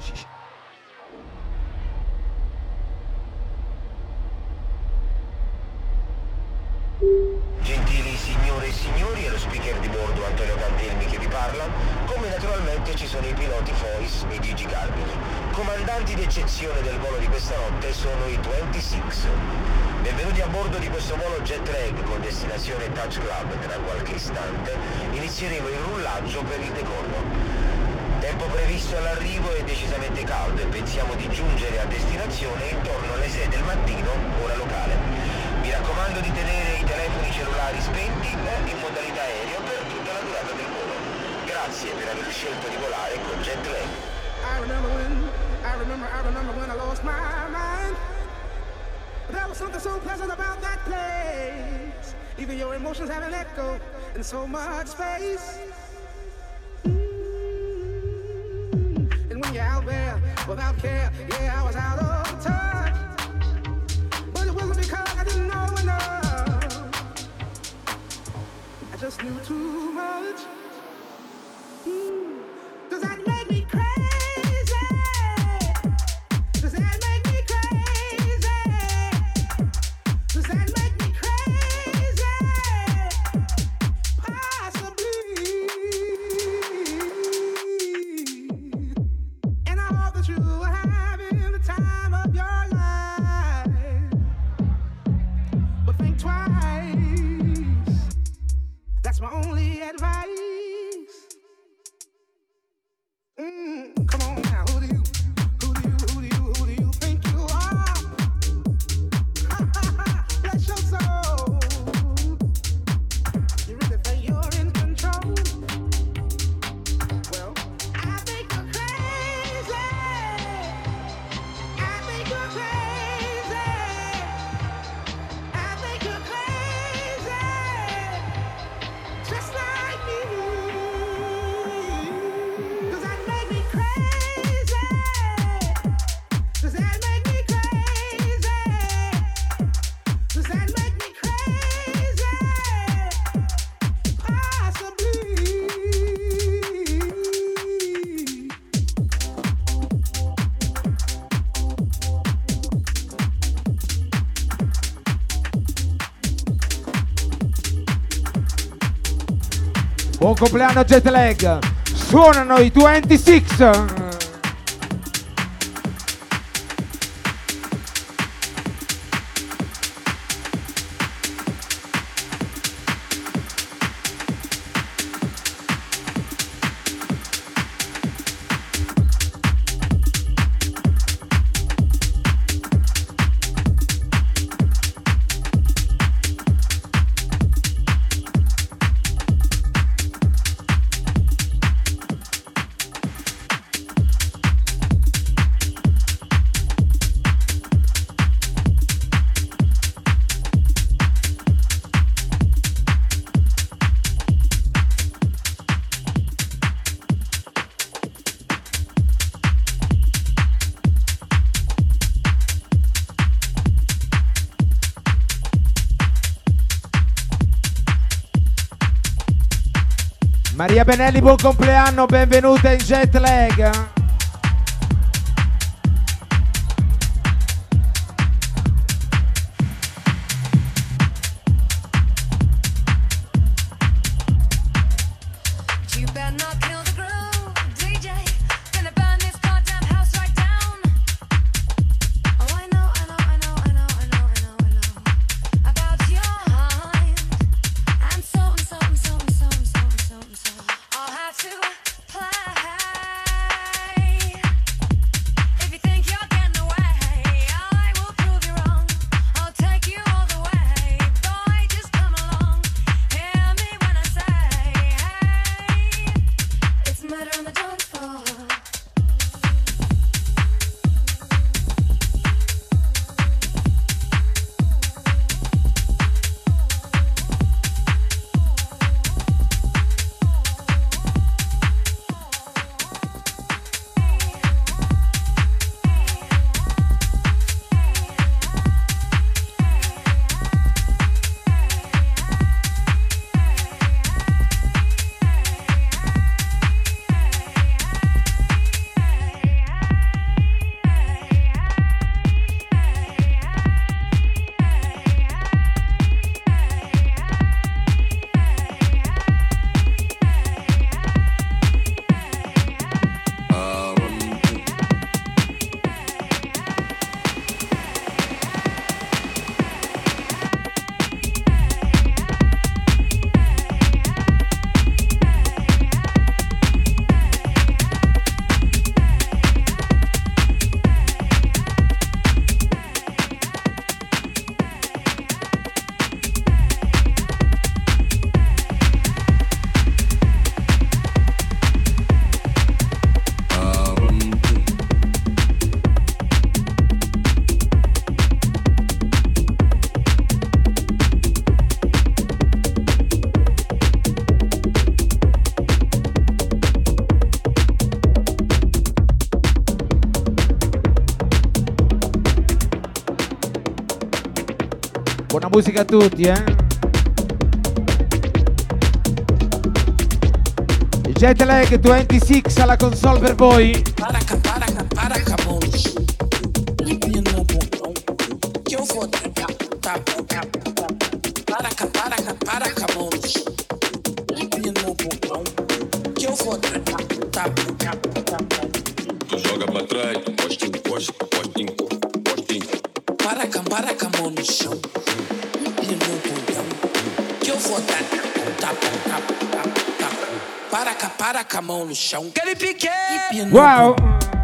Gentili signore e signori, è lo speaker di bordo Antonio Cantelmi che vi parla, come naturalmente ci sono i piloti Fois e Gigi Carmini. Comandanti d'eccezione del volo di questa notte sono i 26. Benvenuti a bordo di questo volo jet lag con destinazione Touch Club. Tra qualche istante inizieremo il rullaggio per il decollo. Tempo previsto all'arrivo è decisamente caldo e pensiamo di giungere a destinazione intorno alle 6 del mattino, ora locale. Mi raccomando di tenere i telefoni cellulari spenti o in modalità aereo per tutta la durata del volo. Grazie per aver scelto di volare con jet lag. I remember when I lost my mind. There was something so pleasant about that place. Even your emotions have an echo in so much space. And when you're out there without care, yeah, I was out of touch. But it wasn't because I didn't know enough. I just knew too much. Does that make me crazy? Does that make me crazy? Does that make me crazy? Possibly. And I hope that you are having the time of your life. But think twice. That's my only advice. Come on now, who do you think you are? Bless your soul. You really think you're in control? Well, I think you're crazy. I think you're crazy. I think you're crazy. Just like me. Does that make me crazy? Does that make me crazy? Does that make me crazy? Possibly. Buon compleanno jet lag. Suonano i 26. Maria Benelli, buon compleanno, benvenuta in jet lag. You better not kill the groove, DJ. Gonna burn this goddamn house right down. Oh, I know about your mind. And so. I'll have to play. musica a tutti, Jetlag 26 alla console per voi. Tu joga pra trás, encosta, encosta, encosta, encosta. Para com a mão no chão. E no bundão. Que eu vou dar tapa, tapa, tapa, tapa. Para com a mão no chão. Aquele pique. Wow.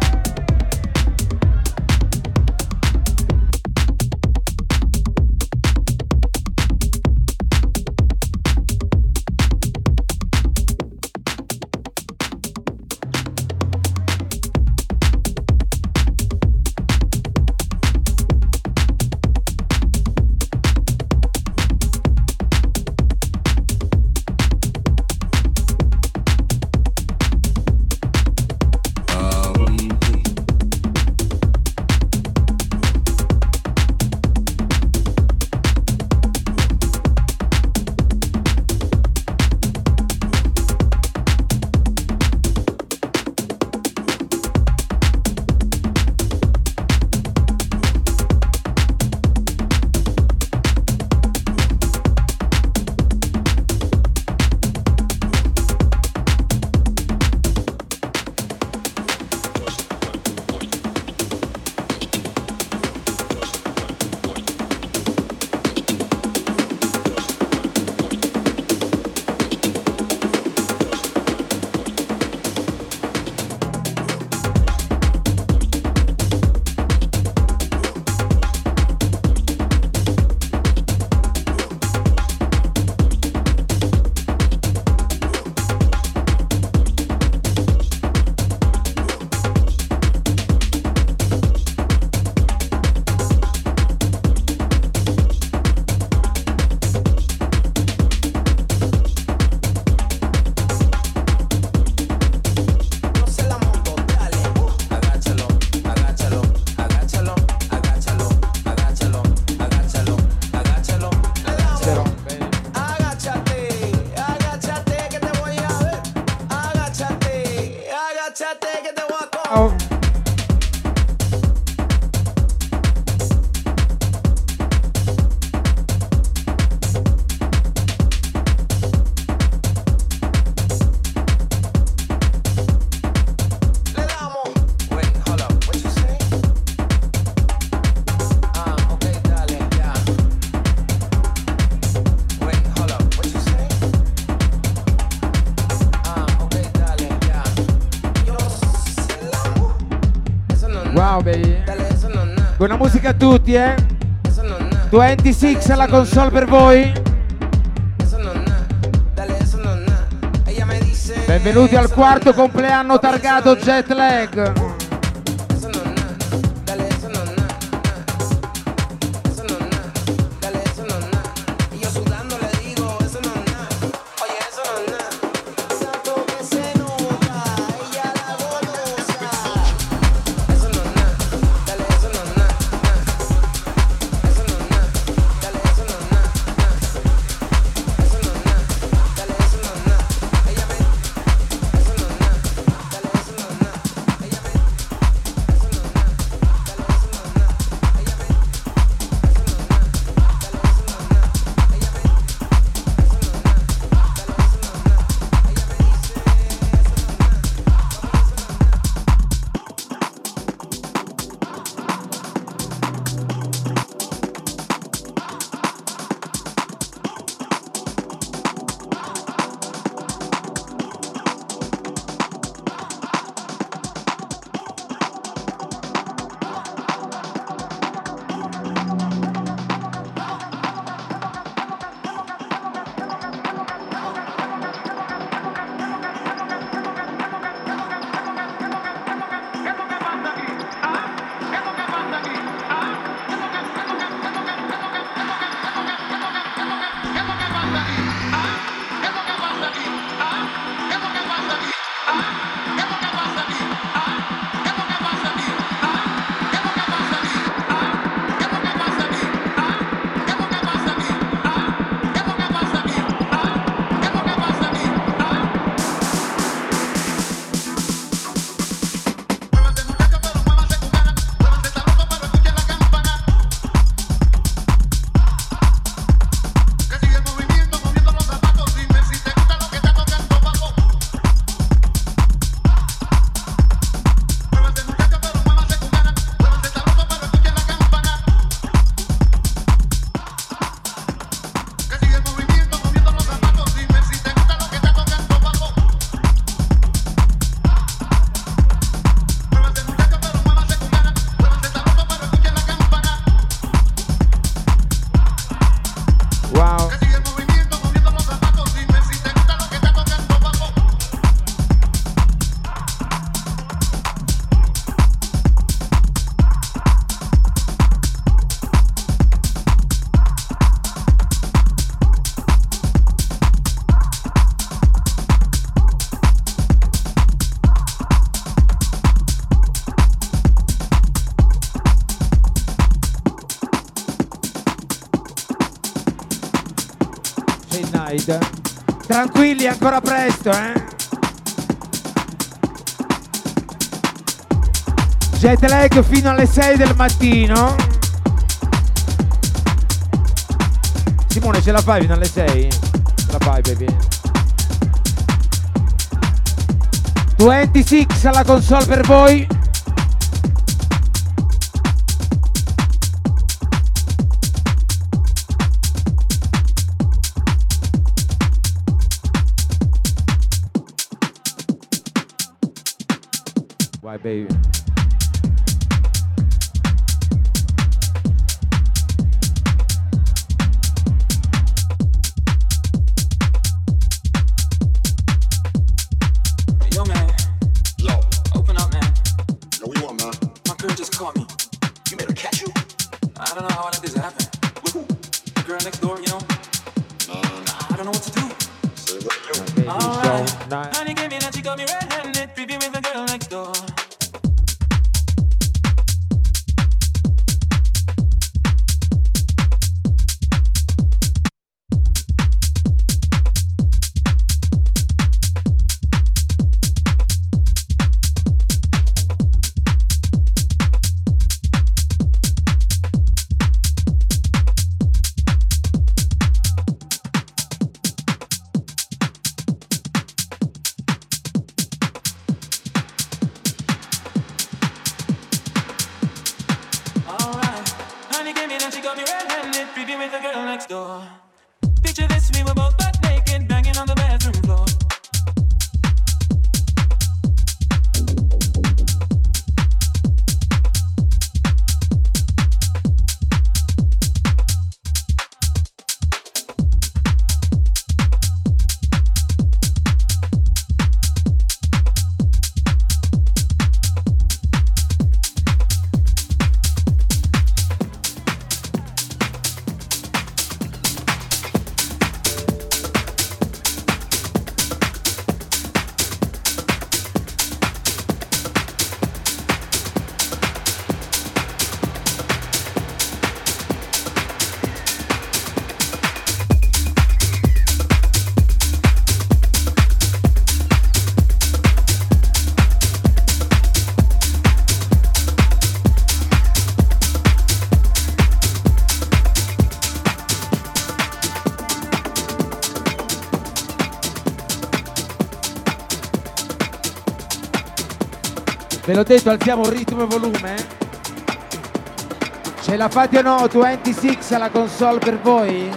Buona musica a tutti, 26 alla console per voi. Benvenuti al quarto compleanno targato Jetlag. Shade Night. Tranquilli, ancora presto, Jet lag fino alle 6 del mattino. Simone, ce la fai fino alle 6? Ce la fai, baby. 26 alla console per voi. Vai, baby. Yo, man. Yo. Open up, man. Yo, what you want, man? My girl just caught me. You made her catch you? I don't know how I let this happen. With who? The girl next door, you know? I don't know what to do. Baby, Alright. Honey gave me that, she got me red-handed, creepy with the girl next door. Picture this, we were both butt naked, banging on the bathroom floor. Ve l'ho detto, alziamo ritmo e volume. Ce la fate o no? 26 alla console per voi.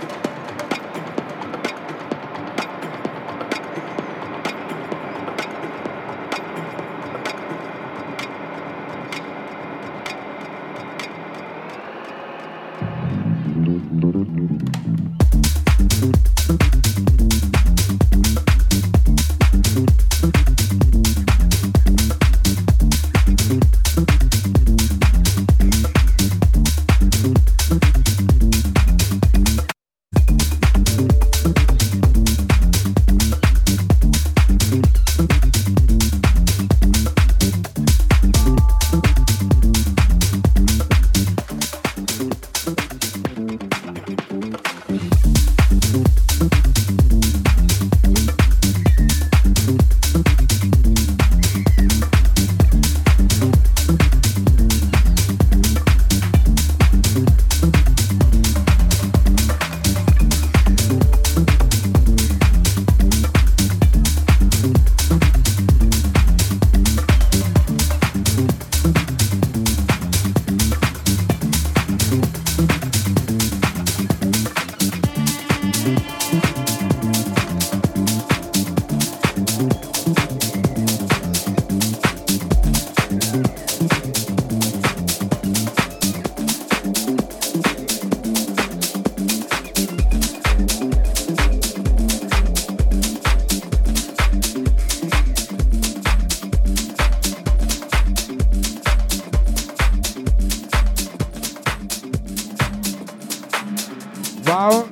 Wow.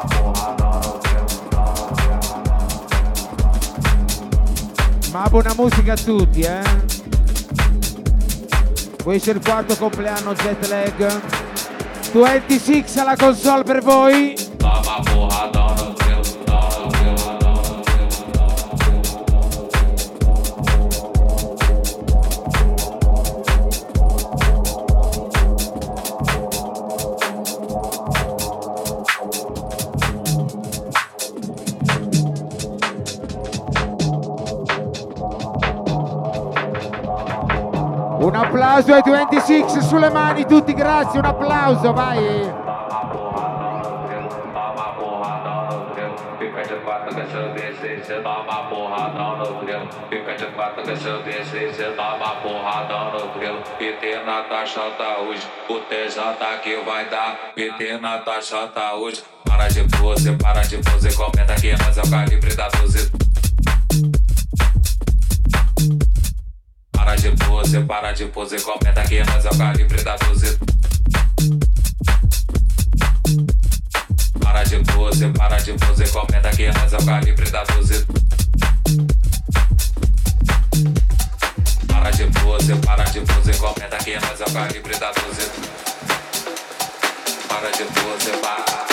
Ma buona musica a tutti, Questo è il quarto compleanno Jet Lag. 26 alla console per voi. Un applauso ai 26 sulle mani tutti, grazie, un applauso, vai. Fica de quatro que se eu descer, cê toma porradão no grelo. Fica de quatro que se eu descer, cê toma porradão no grelo. PT na taxa tá hoje, o TJ que vai dar. PT na taxa tá hoje. Para de pose, comenta que nós é o calibre da 12. Para de pose, comenta que nós é o calibre da 12. Para de pose, comenta que nós é o calibre da 12. Para de pose, comenta que nós é o calibre da 12. Para de pose, para.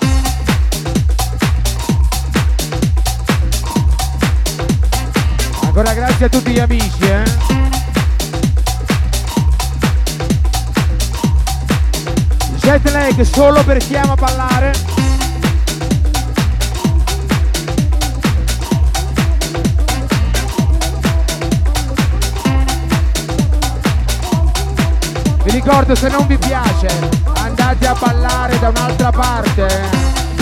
Ancora grazie a tutti gli amici, Jet lag solo per chi ama ballare. Vi ricordo, se non vi piace andate a ballare da un'altra parte.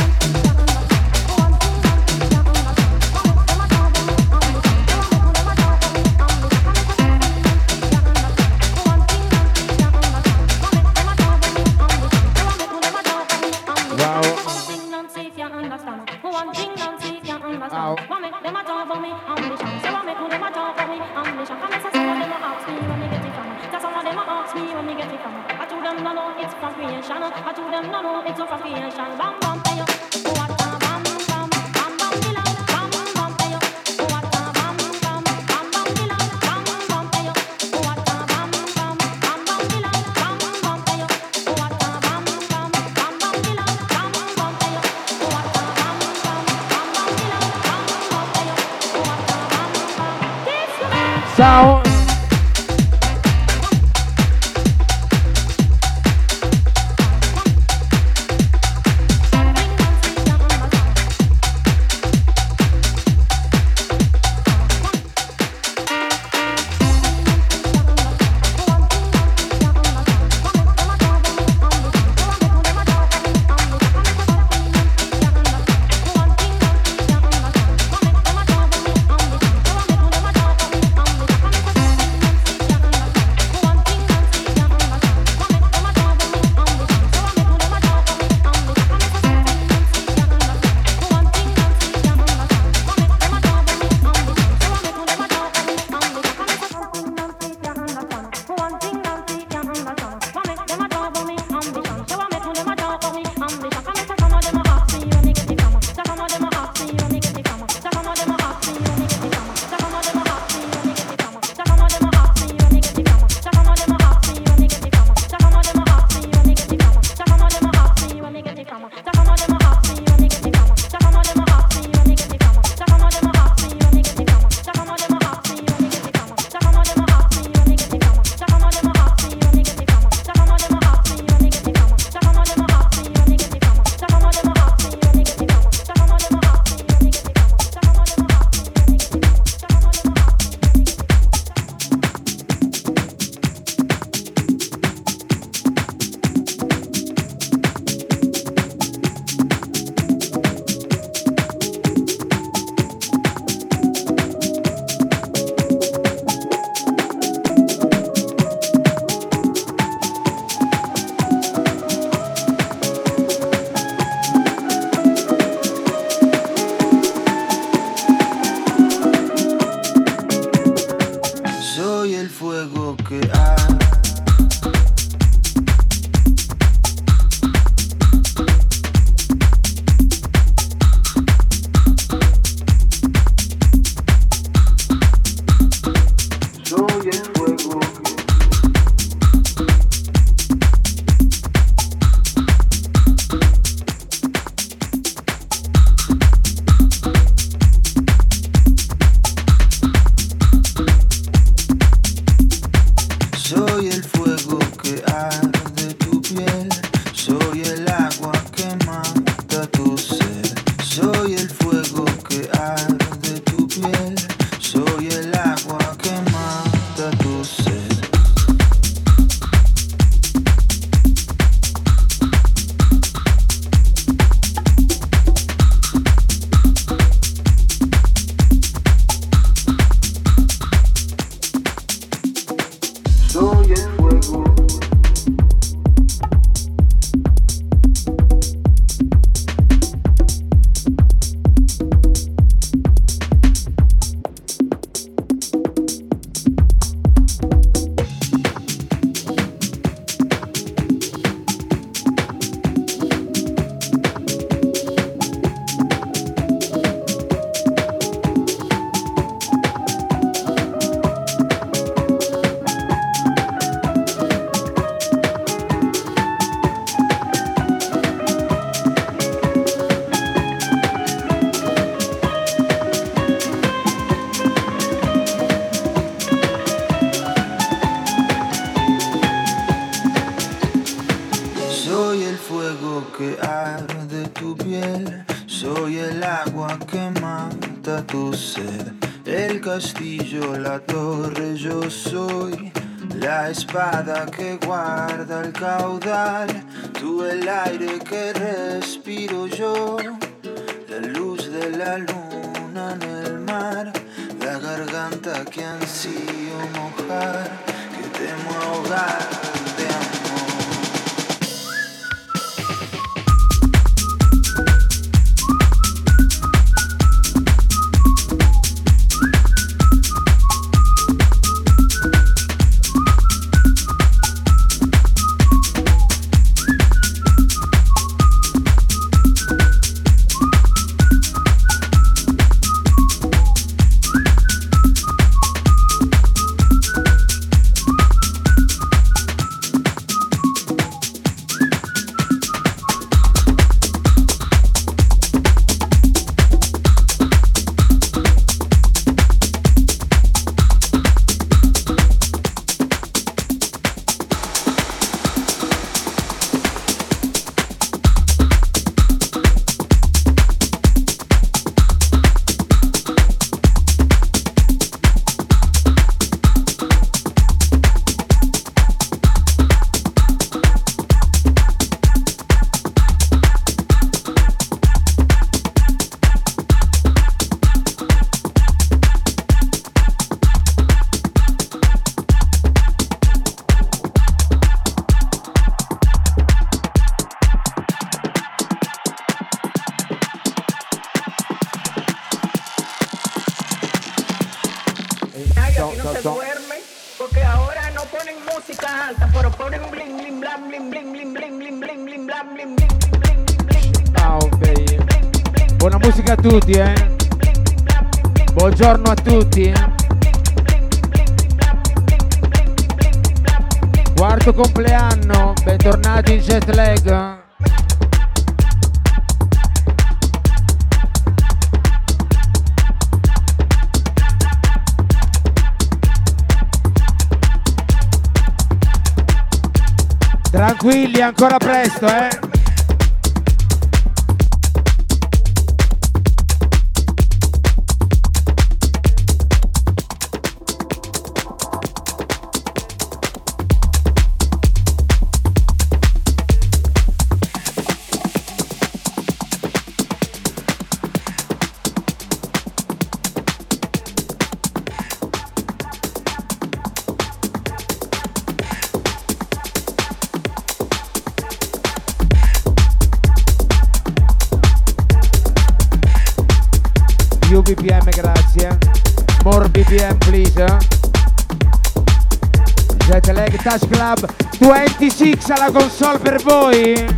Ciao. agua que mata tu sed. El castillo, la torre, yo soy la espada que guarda el caudal. Tú el aire que respiro yo, la luz de la luna en el mar, la garganta que ansío mojar, que temo ahogar de amor. Buona musica a tutti, Buongiorno a tutti. Quarto compleanno, bentornati in jet lag. Tranquilli, ancora presto, BPM, grazie. More BPM, please. Jet Lag Touch Club 26 alla console per voi.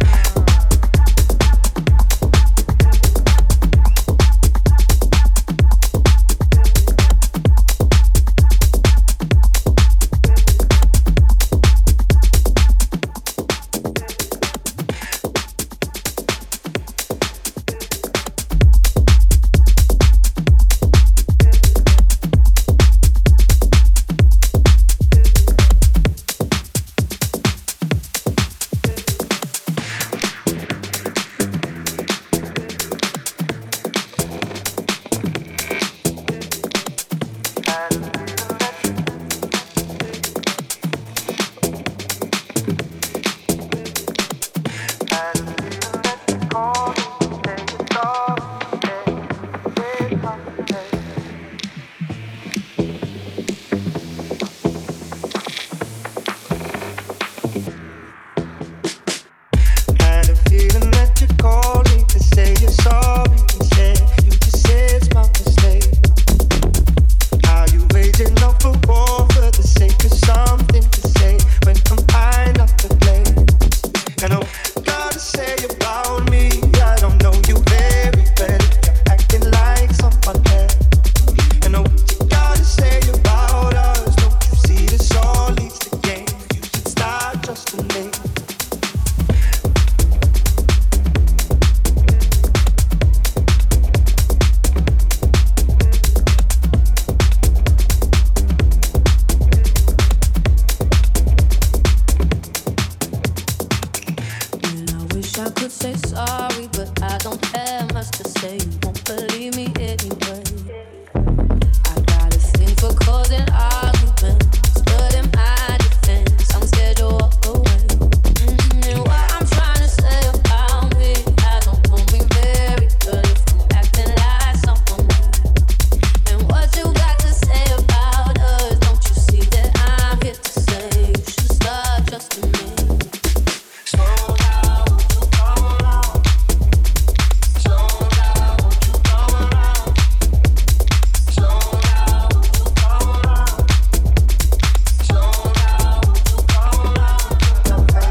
leave me anyway. I got a thing for causing arguments, but in my defense, I'm scared to walk away. And what I'm trying to say about me, I don't know me very good if I'm acting like someone new. And what you got to say about us, don't you see that I'm here to say you should start trusting me. Slow down, won't you come around? Slow down, won't you come around? Slow down, won't you come around? Slow down, won't you come around?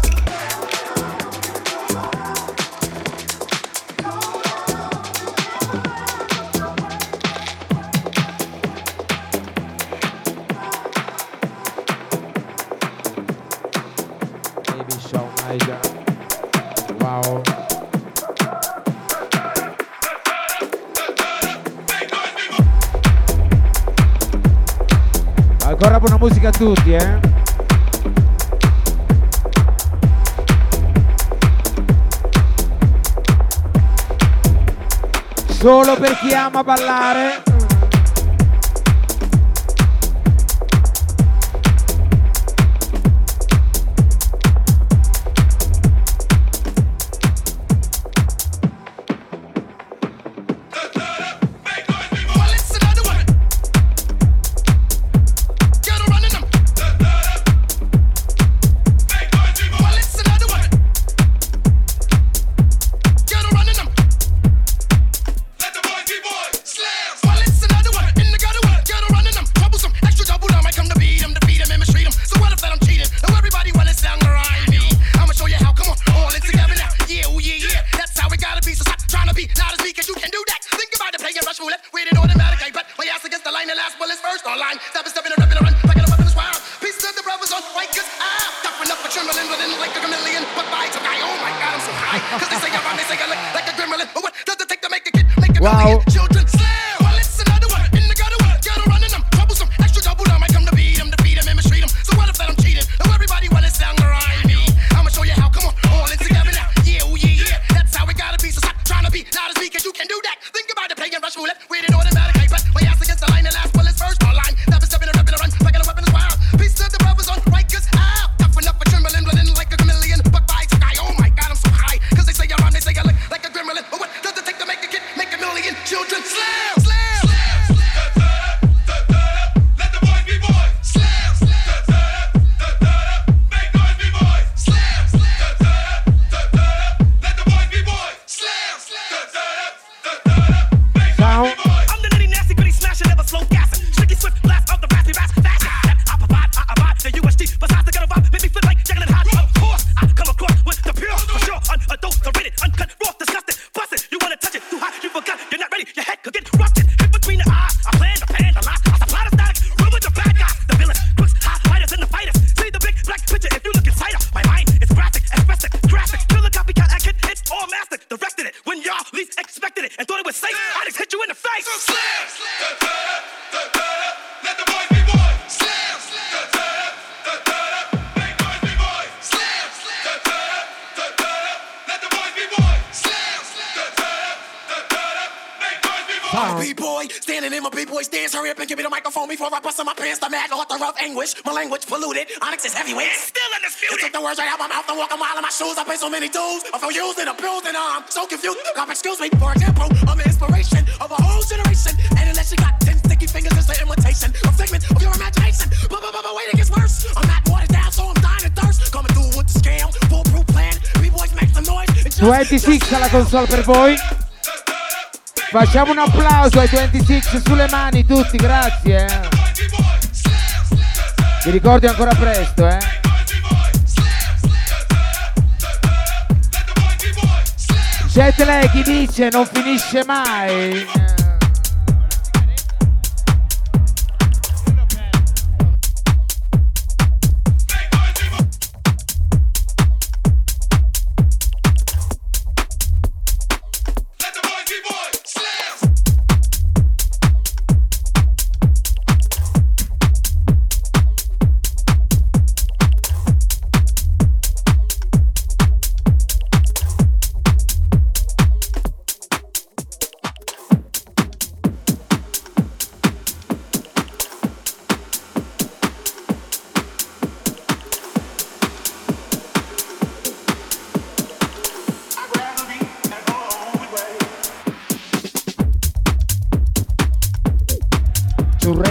Baby Show Niger. Wow. Ancora buona musica a tutti, eh? Solo per chi ama ballare. Wow. B-boy, standing in my B-boy stance. Hurry up and give me the microphone before I bust in my pants. The mad author of anguish, my language polluted. Onyx is heavyweight, still undisputed. You took the words right out my mouth and walk a mile in my shoes. I pay so many dues, I feel used and abused and I'm so confused. God, excuse me, for example, I'm the inspiration of a whole generation. And unless you got 10 sticky fingers, it's an imitation, a figment of your imagination. But wait, it gets worse. I'm not watered down, so I'm dying of thirst. Coming through with the scale, foolproof plan. B-boys make some noise. 26 alla console per voi. Facciamo un applauso ai 26 sulle mani tutti, grazie. Vi ricordo ancora presto, eh. Jet lag chi dice non finisce mai.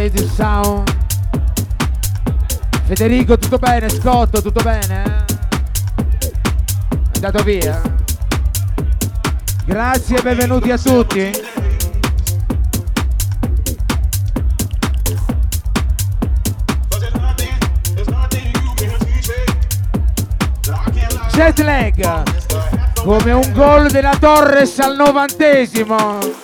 Made Sound. Federico, tutto bene? Scotto, tutto bene? È andato via? Grazie e benvenuti a tutti. Jet lag come un gol della Torres al 90°.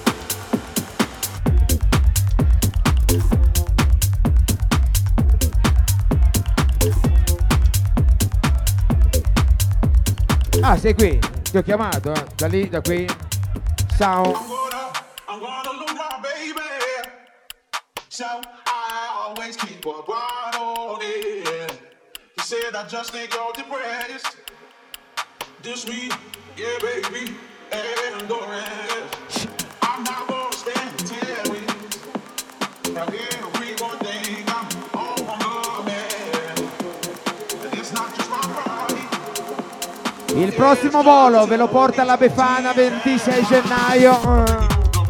Ah, sei qui? Ti ho chiamato, da lì, da qui. Sound. I'm gonna lose my baby. So I always keep a bright on it. He said I just think you're depressed. This week, yeah, baby, and the rest. I'm not gonna stand till we. Now every one thing I'm on my man. It's not just my body. Il prossimo volo ve lo porta alla Befana 26 gennaio.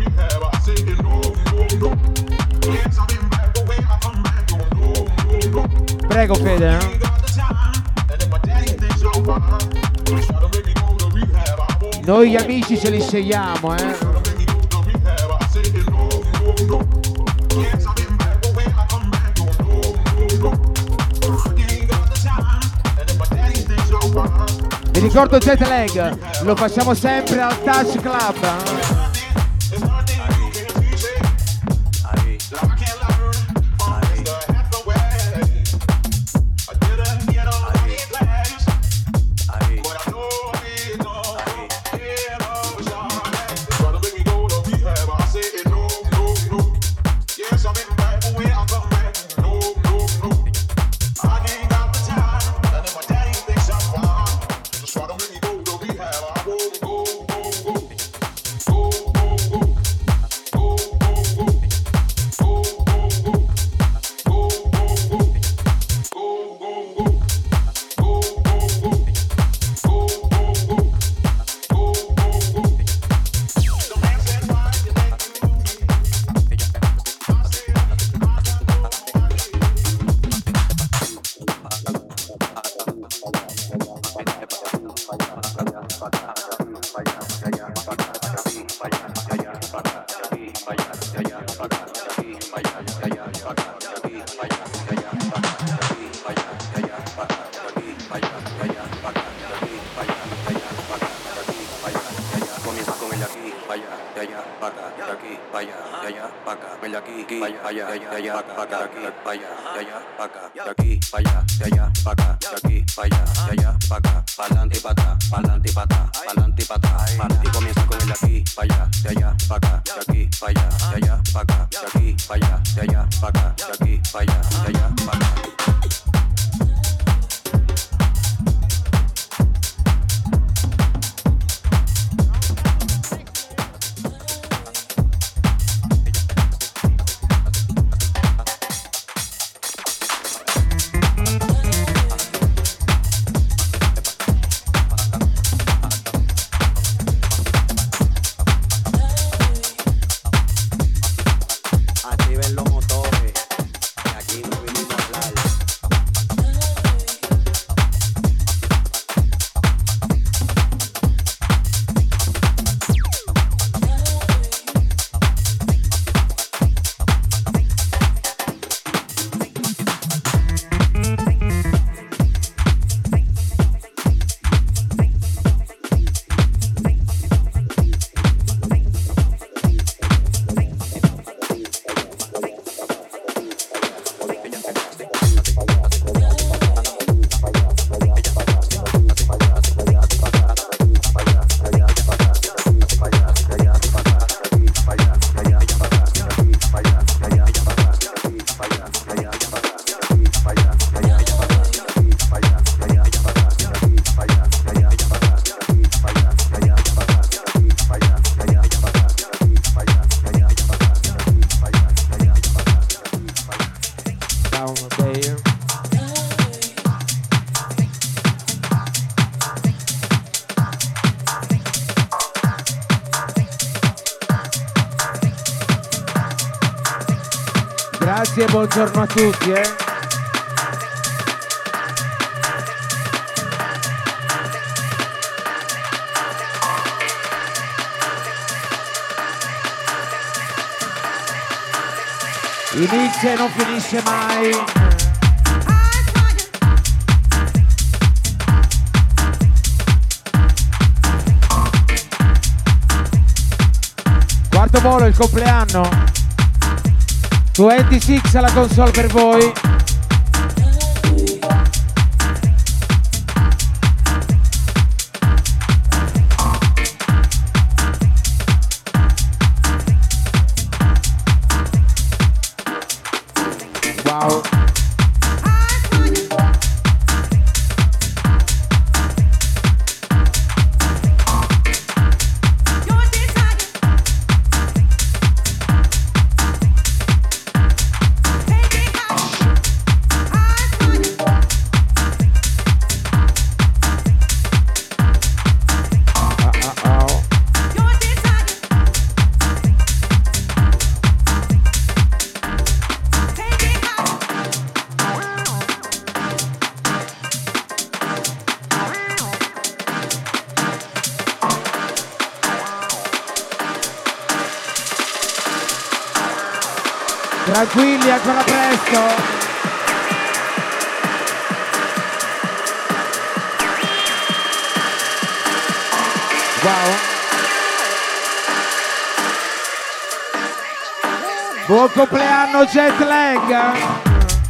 Prego Fede, eh? Noi gli amici ce li scegliamo, eh? Vi ricordo Jet Lag, lo facciamo sempre al Touch Club, eh? Activen los motores, que aquí no vinimos a hablar. Grazie e buongiorno a tutti, Inizia e non finisce mai. Quarto volo, il compleanno. 26 alla console per voi. Wow. Tranquilli, ancora presto. Wow. Buon compleanno Jet Lag.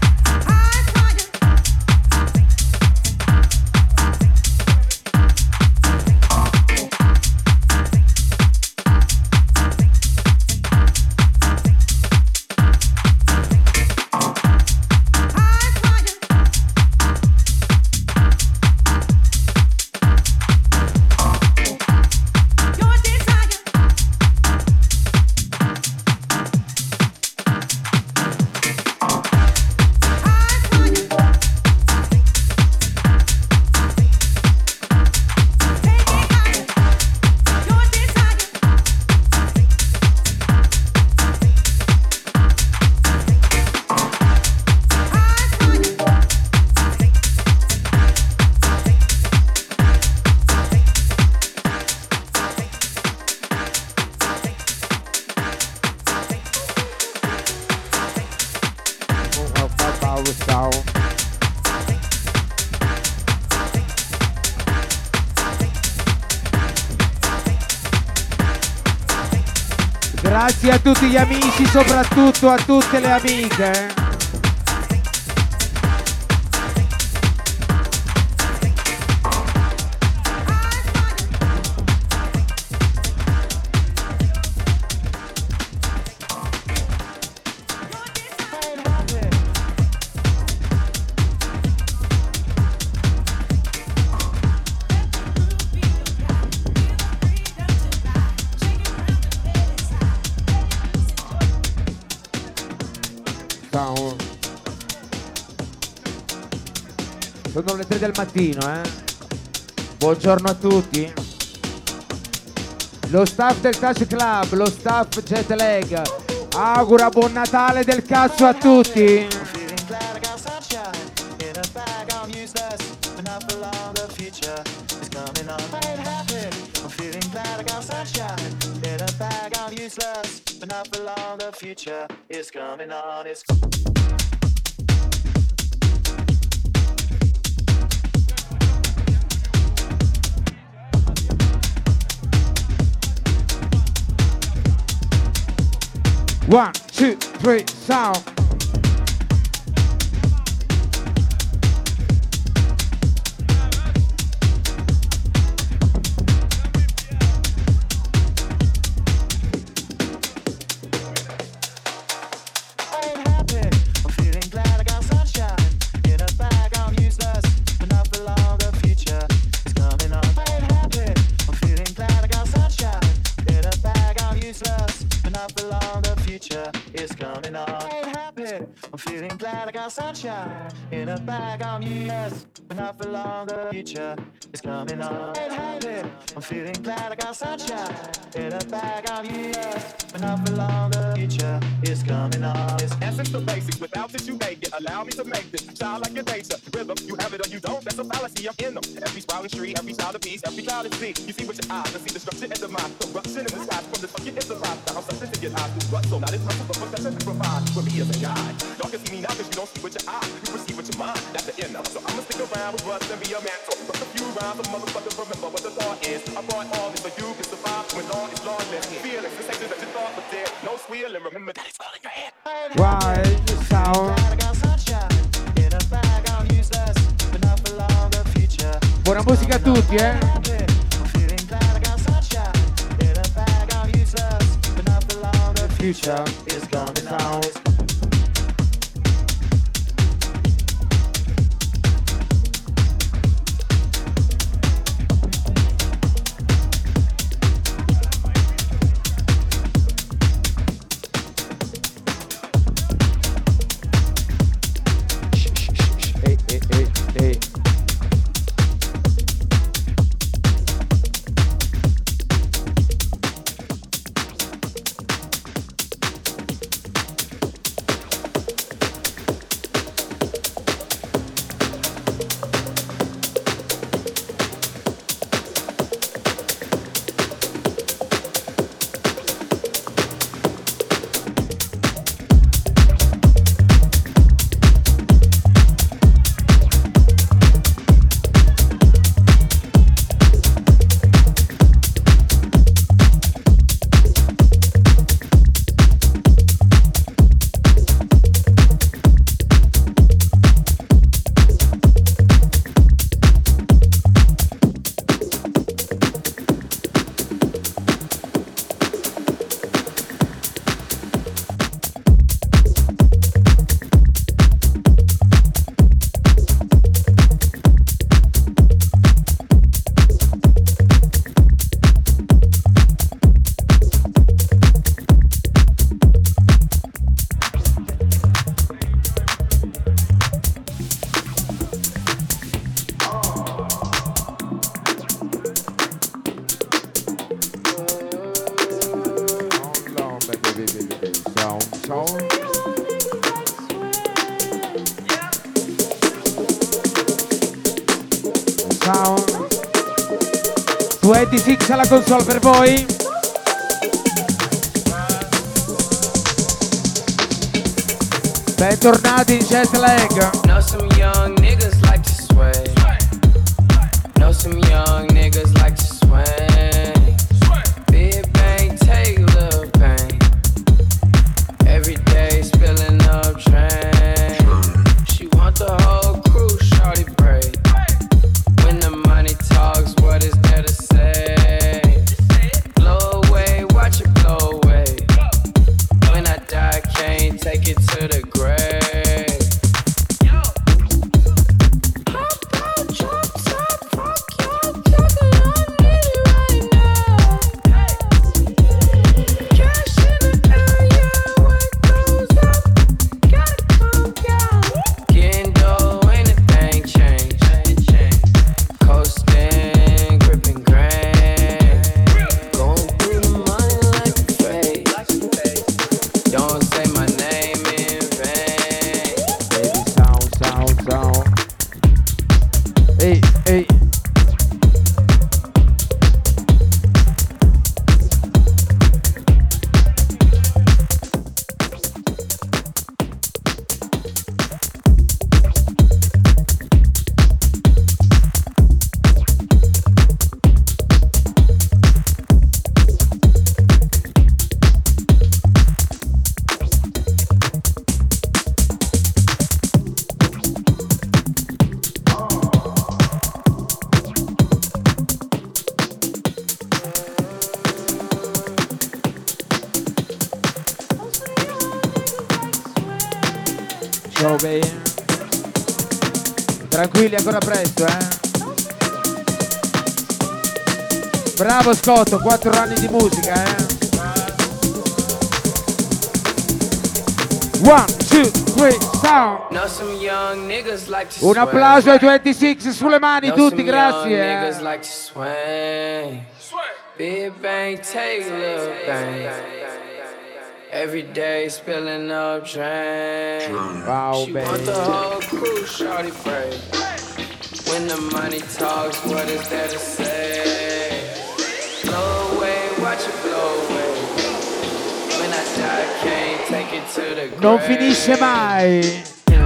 Grazie a tutti gli amici, soprattutto a tutte le amiche. Sono le 3 del mattino, Buongiorno a tutti. Lo staff del Touch Club, lo staff Jet Lag, augura buon Natale del cazzo a tutti. One, two, three, sound. Sunshine in a bag, I'm yes, but not for long. The future is coming on. I'm feeling glad I got sunshine in a bag, I'm yes, but not for long. The future is coming on. It's essence to basics. Without it, you make it. Allow me to make this sound like your nature. Rhythm, you have it or you don't. That's a fallacy. I'm in them. Every sprouting tree, every sound of peace, every cloud is seen. You see with your eyes, and see destruction in the mind. Corruption in the skies from the fucking is the rise. Now I'm something to your eyes. This rut, so not as much of a profession to provide for me as a guide. Y'all can see me now because you don't see with your eyes. You perceive with your mind. That's the end now. So I'ma stick around with rust and be a mentor. But a few rounds, a motherfucker remember what the thought is. I brought all this so you can survive when all is lawless. Feelings, sensations that you thought was dead. No squealing, remember that it's all in your head. Why sound? Buona musica a tutti, eh? Future is gonna sound. Sound 26 alla console per voi. Bentornati in jet lag. Know some young niggas like to sway. Know some young niggas like to swing. Big bang, take a little pain. Every day spilling up train. She want the whole crew, shorty braid. When the money talks, what is there to say? Blow away, watch it blow away. When I die, can't take it to the grave. Ciao baby. Tranquilli, ancora presto, eh. Bravo Scotto, 4 anni di musica, eh. 1, 2, 3, sound. Know some young niggas like to Un applauso ai 26 sulle mani tutti, grazie. Niggas like to swing. Big bang, take a little bang. Every day spilling up drain. Wow, she want the whole crew, shorty brave. When the money talks, what is there to say? Blow away, watch it blow away. When I die, I can't take it to the grave. Non finisce mai.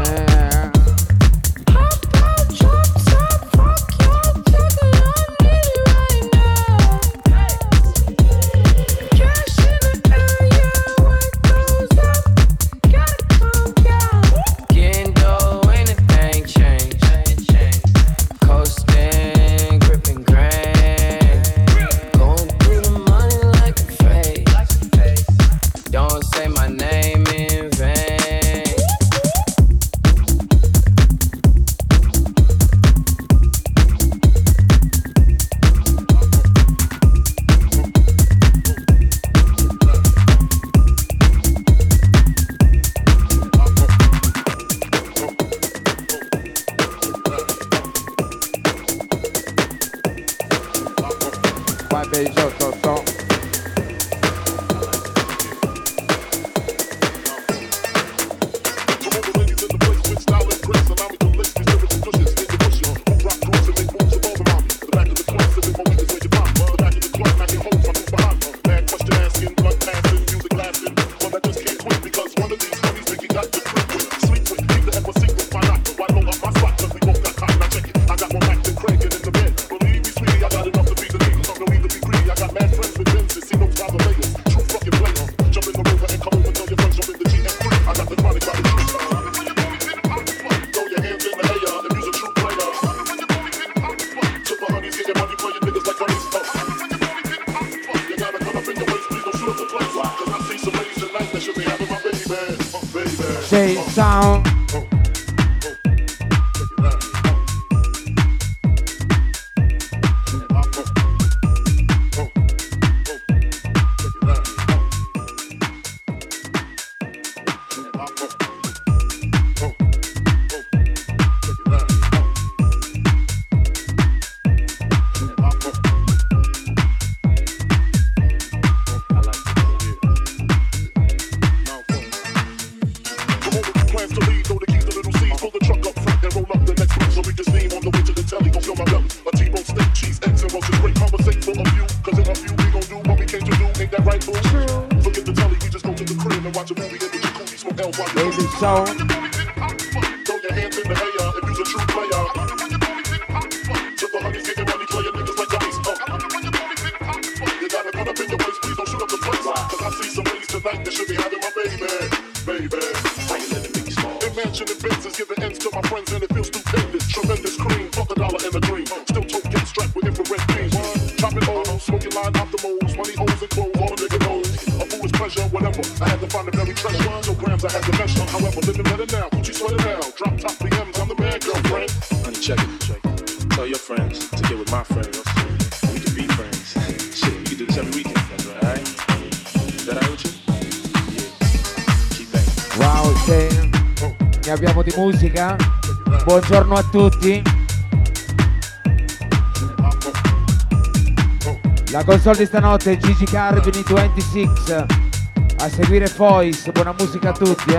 Sound. Abbiamo di musica. Buongiorno a tutti. La console di stanotte è Gigi Carbini 26. A seguire Voice. Buona musica a tutti,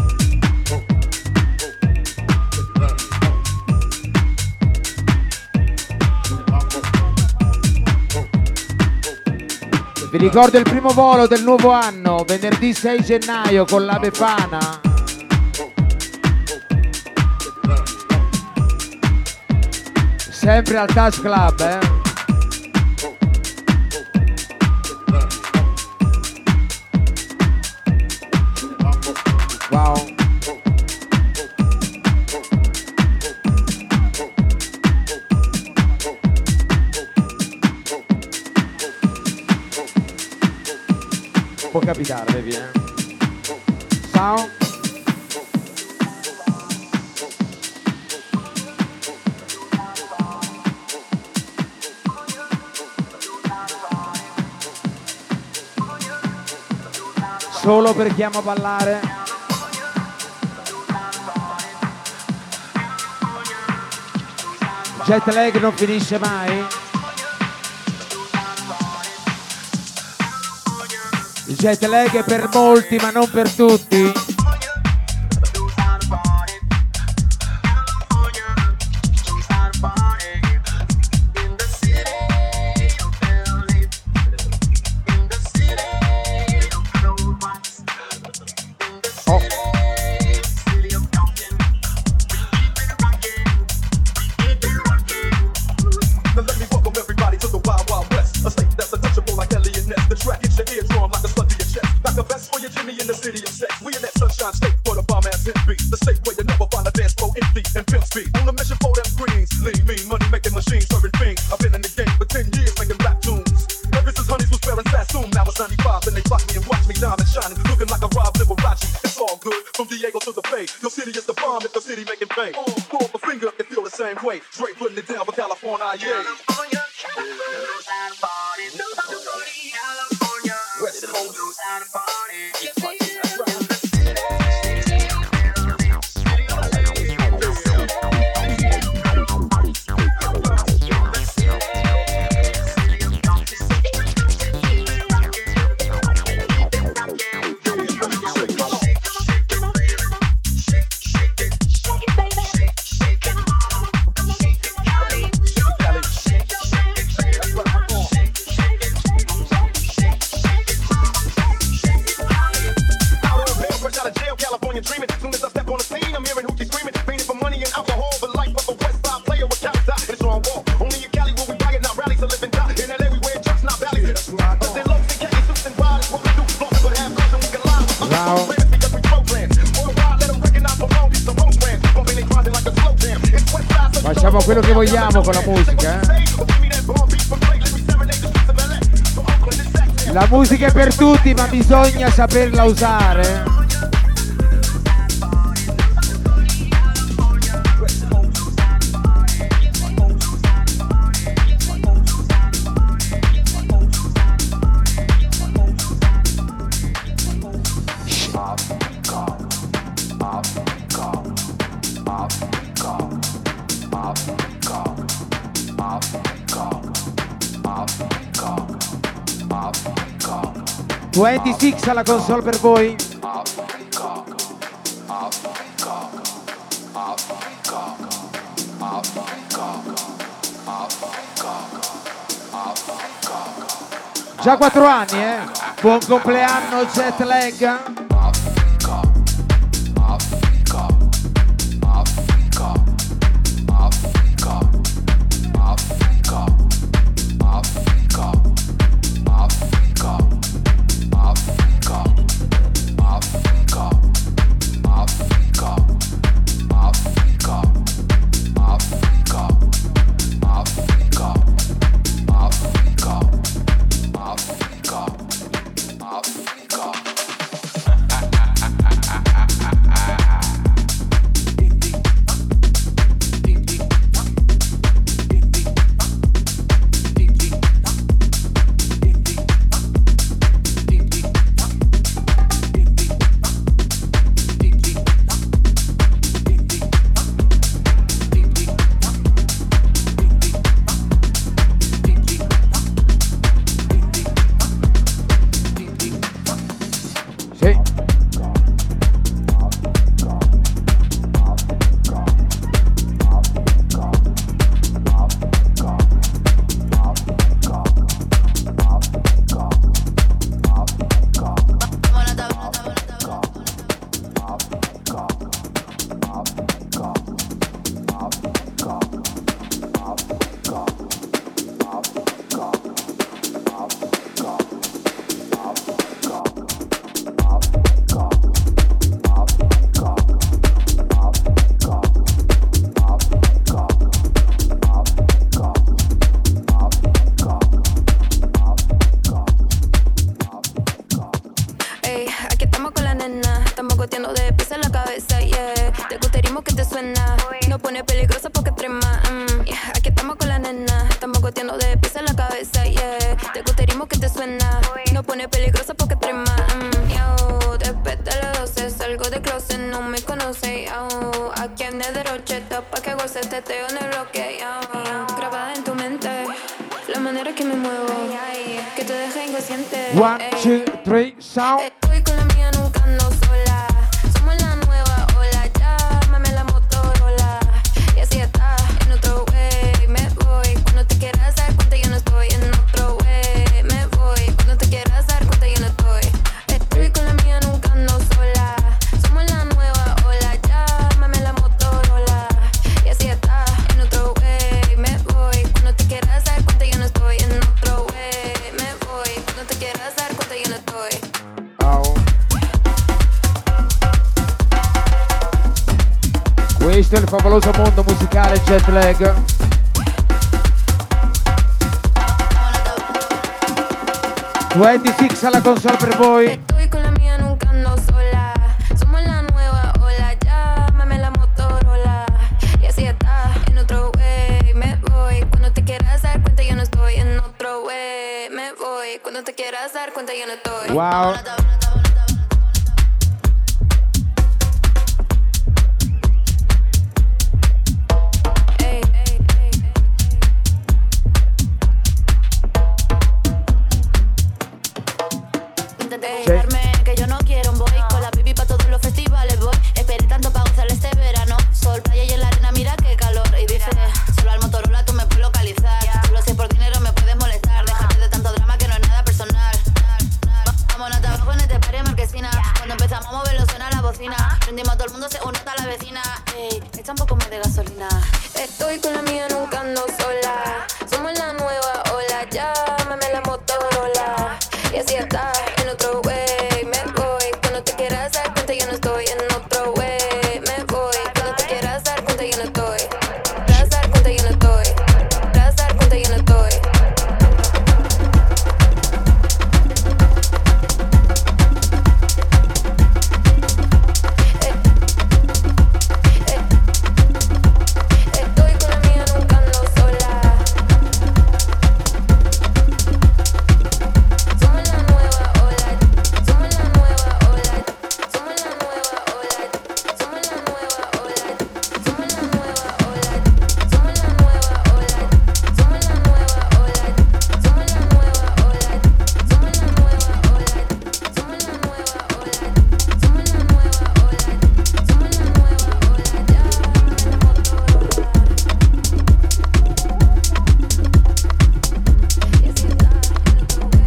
Vi ricordo il primo volo del nuovo anno, venerdì 6 gennaio con la Befana. Sempre al Touch Club, Wow. Può capitare, via. Ciao. Solo per chi ama ballare. Jet lag non finisce mai. jet lag per molti ma non per tutti. Facciamo quello che vogliamo con la musica, eh? La musica è per tutti, ma bisogna saperla usare. Six alla console per voi. Già 4 anni, eh? Buon compleanno jet lag. Grabada en tu mente, la manera que me muevo, que te deja inconsciente. 1, 2, 3, sound. Estoy con la mía, nunca ando sola. Somos la nueva ola, llámame la Motorola. Y así está, en otro way, me voy. Cuando te quieras dar cuenta yo no estoy en otro way, me voy. Cuando te quieras dar cuenta yo no estoy. Estoy con la mía, nunca ando sola. Somos la nueva ola, llámame la Motorola. Y así está, en otro way, me voy. Cuando te quieras dar cuenta yo no estoy en otro way, me voy. Cuando te quieras dar cuenta yo no estoy. Questo è il favoloso mondo musicale Jetlag. (26) alla console per voi. Estoy con la mía, nunca ando sola. Somos la nueva ola, llámame la Motorola. Y así está, en otro way, me voy. Cuando te quieras dar cuenta yo no estoy en otro way, me voy. Cuando te quieras dar cuenta yo no estoy. Wow. Que yo no quiero un boy. Con la baby pa' todos los festivales voy. Esperé tanto pa' gozar este verano. Sol, playa y en la arena, mira qué calor. Y dice, solo al Motorola tú me puedes localizar. Solo si por dinero me puedes molestar. Déjate de tanto drama que no es nada personal. Vámonos de abajo en este party marquesina. Cuando empezamos a moverlo suena la bocina. Prendimos a todo el mundo, se une hasta la vecina. Ey, echa un poco más de gasolina. Estoy con la mía, nunca ando sola. Somos la nueva ola, llámame la Motorola. Y así está, en otro way, me voy. Cuando te quieras dar cuenta yo no estoy en otro way, me voy. Cuando te quieras dar cuenta yo no estoy. Tras dar cuenta yo no estoy. Tras dar cuenta yo no estoy. Estoy con la mía, nunca ando sola. Somos la nueva ola, somos la nueva ola, somos la nueva ola, somos la nueva ola, somos la nueva ola, somos la nueva ola, somos la nueva ola, somos la nueva ola, somos la nueva ola, somos la nueva ola, somos la nueva ola, somos la nueva ola, llámame la Motorola. Y así está, en otro way,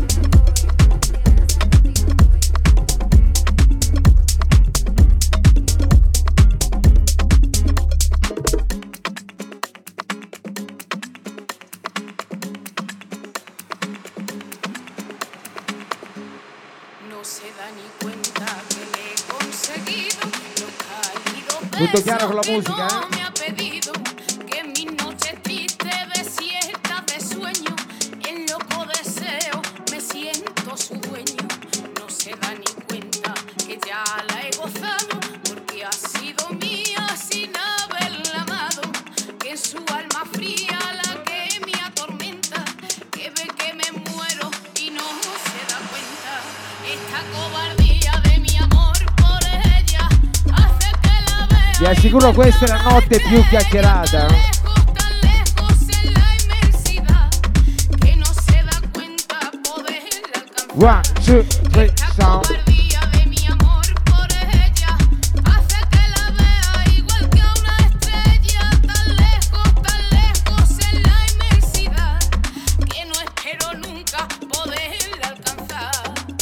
No se da ni cuenta que le he conseguido lo caído. Tutto chiaro con la musica, No eh? me ha pedido que mi noche triste desierta de sueño, en loco deseo me siento su dueño. No se da ni cuenta que ya la he gozado, porque ha sido mía sin haberla amado. Que en su alma fría la que me atormenta, que ve que me muero y no se da cuenta. Esta cobardía de mi amor por ella hace que la vea. Vi assicuro questa è la notte più chiacchierata. Tan lejos en la inmensidad que no se da cuenta poderla alcanzar. 1, 2, 3, sound. Cobardía de mi amor por ella hace que la vea igual que a una estrella. Tan lejos en la inmensidad que no espero nunca poderla alcanzar.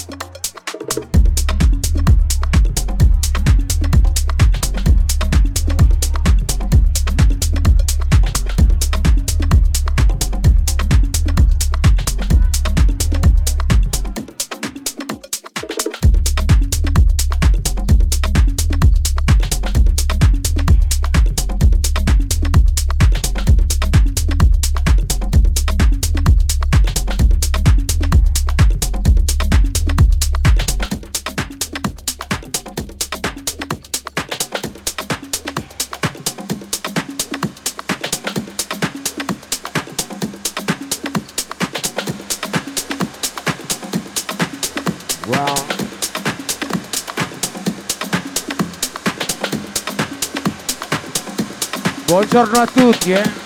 Wow. Buongiorno a tutti, eh.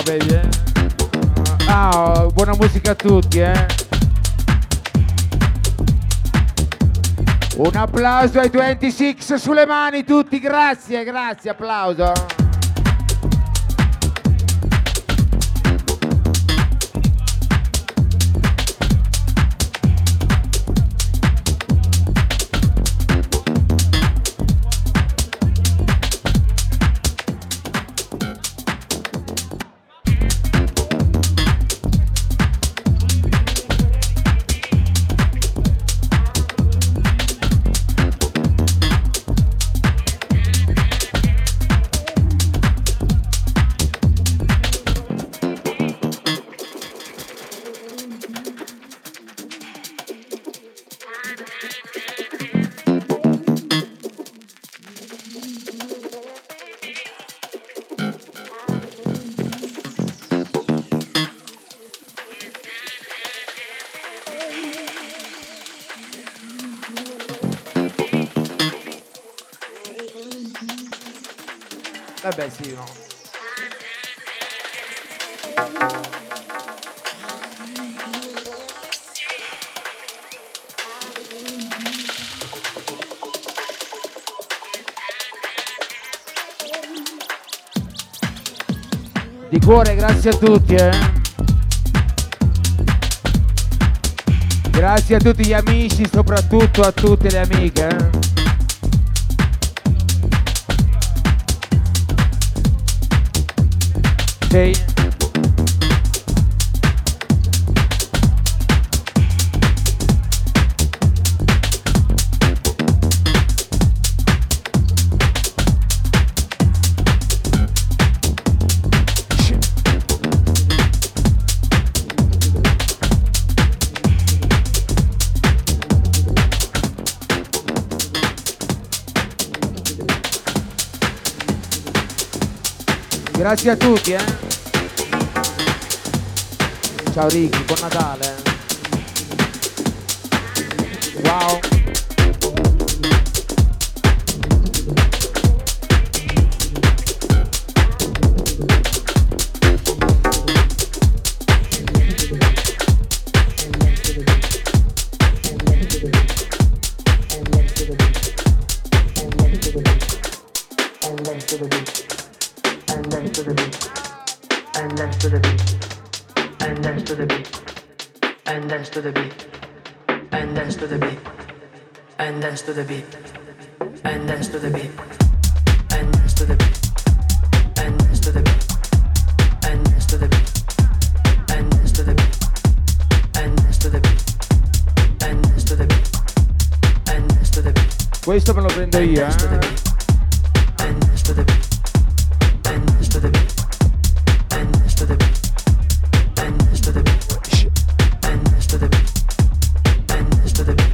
baby. Ah, buona musica a tutti, Un applauso ai 26 sulle mani tutti, grazie, grazie, applauso. Vabbè sì, no. Di cuore grazie a tutti, Grazie a tutti gli amici, soprattutto a tutte le amiche, Sì. Grazie a tutti, Ciao Ricky, buon Natale. Wow. To the beat, and dance to the beat, and dance to the beat, and dance to the beat, and dance to the beat, and dance to the beat, and dance to the beat, and dance to the beat, and dance to the beat. Questo me lo prendo io, And dance to the beat, and dance to the beat, and dance to the beat, and dance to the beat, and dance to the beat, and dance to the beat.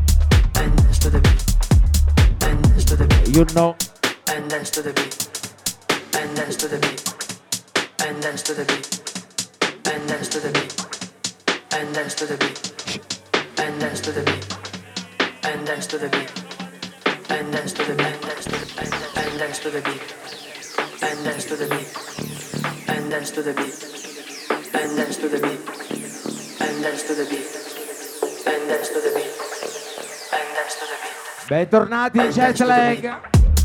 You know. And dance to the beat. And dance to the beat. And dance to the beat. And dance to the beat. And dance to the beat. And dance to the beat. And dance to the beat. And dance to the beat. And dance to the beat. And dance to the beat. And dance to the beat. And dance to the beat. And dance to the beat. And dance to the beat. And dance to the beat. Bentornati in Jet Lag.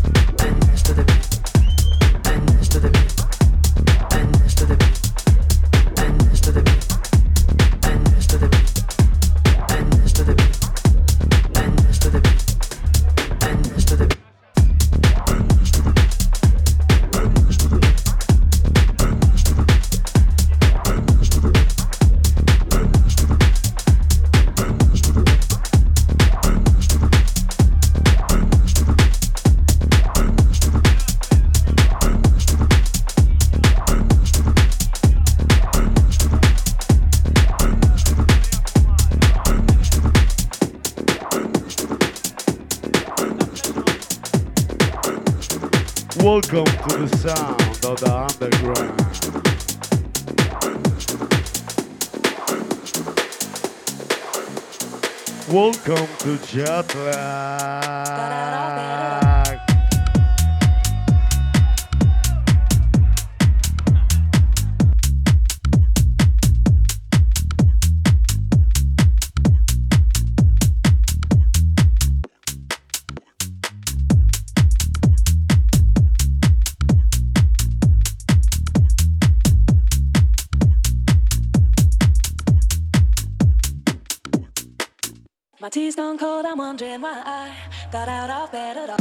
Welcome to the sound of the underground. Welcome to Jet Lag. My tea's gone cold, I'm wondering why I got out of bed at all.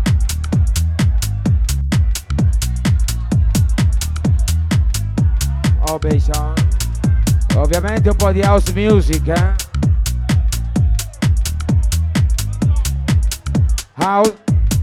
Oh, Bason. Ovviamente un po' di house music, eh? House.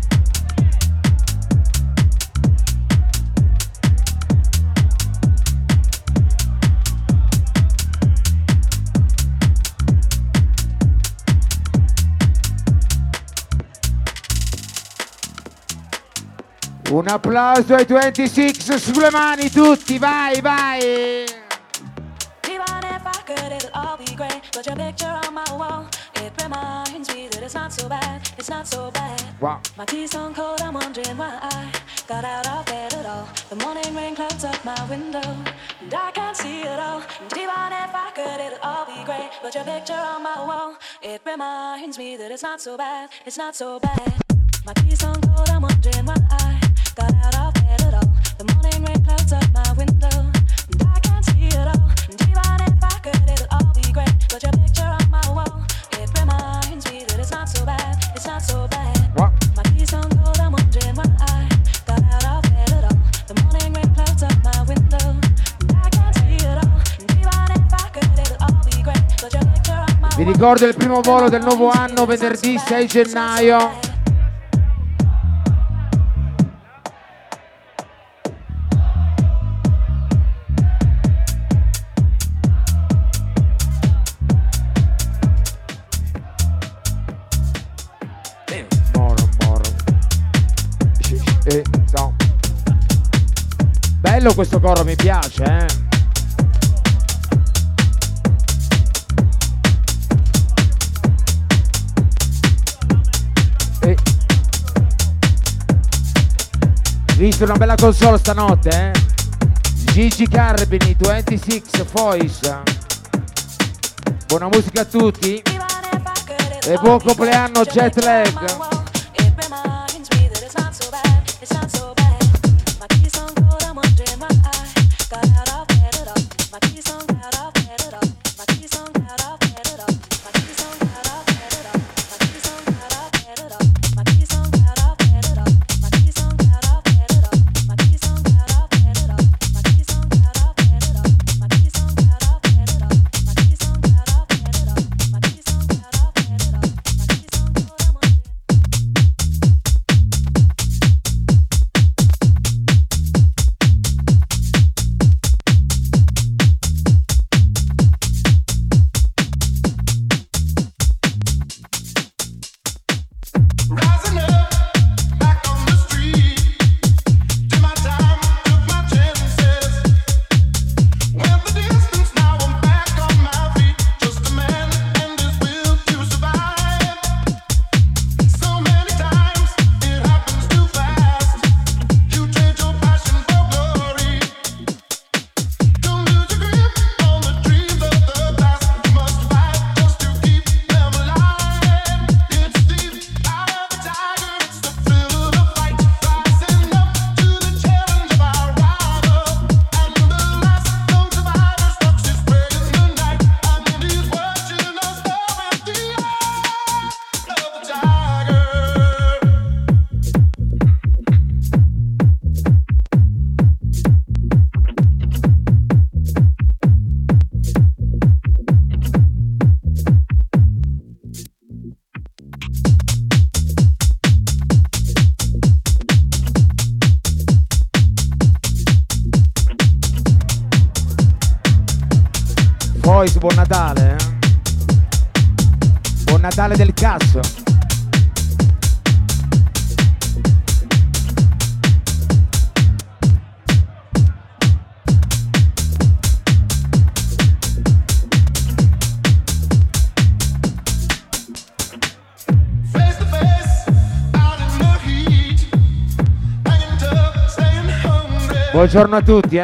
Un applauso ai 26 sulle mani tutti, vai, vai! Even if I could, it'll all be great. But your picture on my wall, it reminds me that it's not so bad, it's not so bad. Wow. My tea's gone cold, I'm wondering why I got out of bed at all. The morning rain clouds up my window, and I can't see it all. And even if I could, it'll all be great. But your picture on my wall, it reminds me that it's not so bad, it's not so bad. My tea's gone cold, I'm wondering why I got out of bed at all. The morning rain clouds up my window, and I can't see it all. And even if I could, it'll all be great. But your picture on my wall, it reminds me that it's not so bad, it's not so bad. What? My tea's gone cold, I'm wondering why I got out of bed at all. The morning rain clouds up my window, and I can't see it all. And even if I could, it'll all be great. But your picture on my wall. Vi ricordo il primo volo del nuovo anno, venerdì 6 gennaio. No. Bello questo coro, mi piace, Visto una bella console stanotte, Gigi Carbini, 26 Voice. Buona musica a tutti e buon compleanno Jet Lag. Buon Natale, Buon Natale del cazzo. Buongiorno a tutti,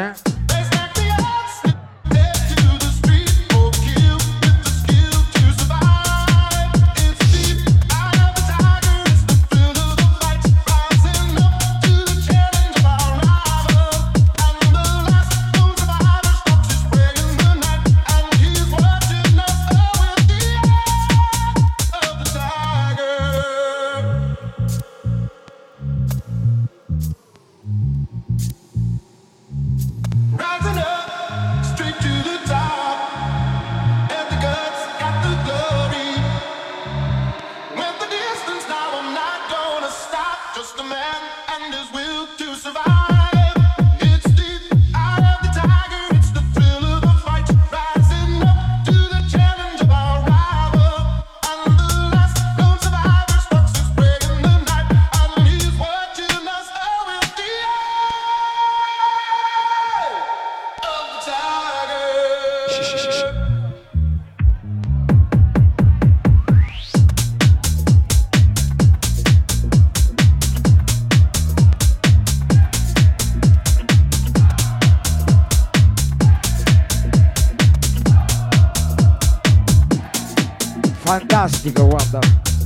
Fantastico, guarda.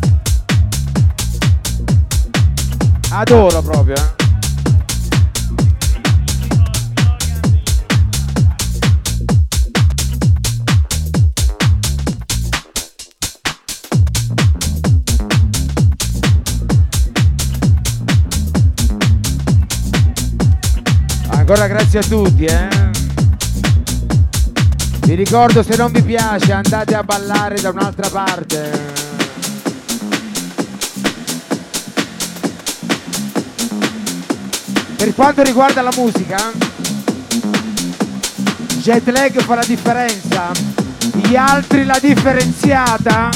Adoro proprio, Ancora grazie a tutti, Vi ricordo, se non vi piace andate a ballare da un'altra parte. Per quanto riguarda la musica, jet lag fa la differenza, gli altri la differenziata.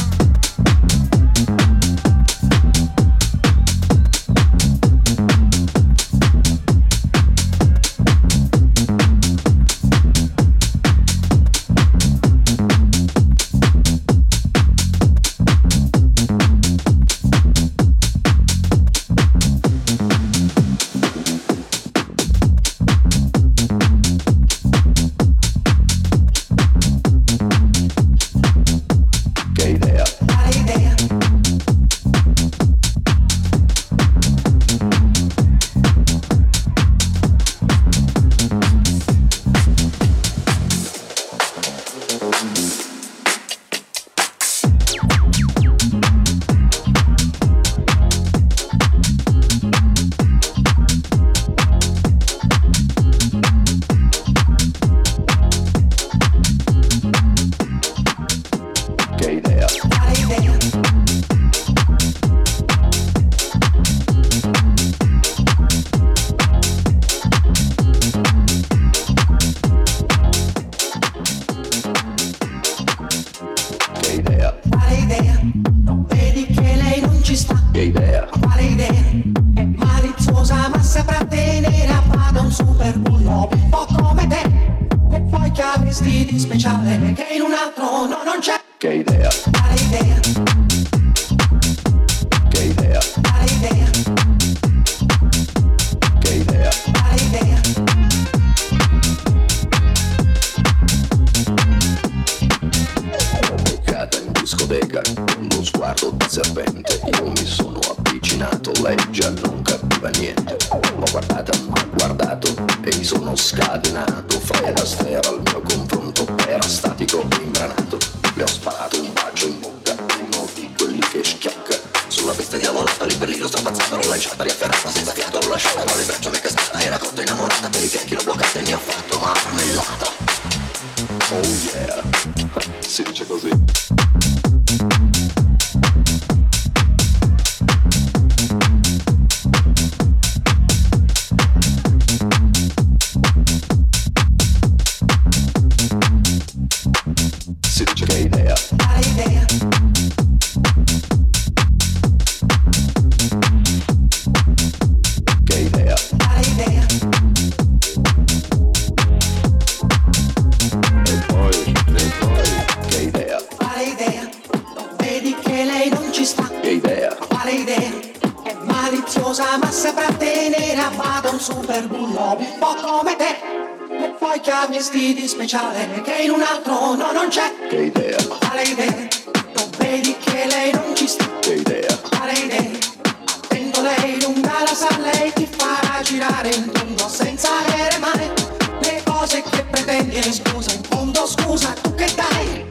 Vestiti speciale che in un altro non c'è. Che idea. Quale idea? Non vedi che lei non ci sta. Che idea. Quale idea? Attento lei lunga la sa, lei ti farà girare in tondo senza avere mai le cose che pretendi. E scusa, in fondo scusa, tu che dai?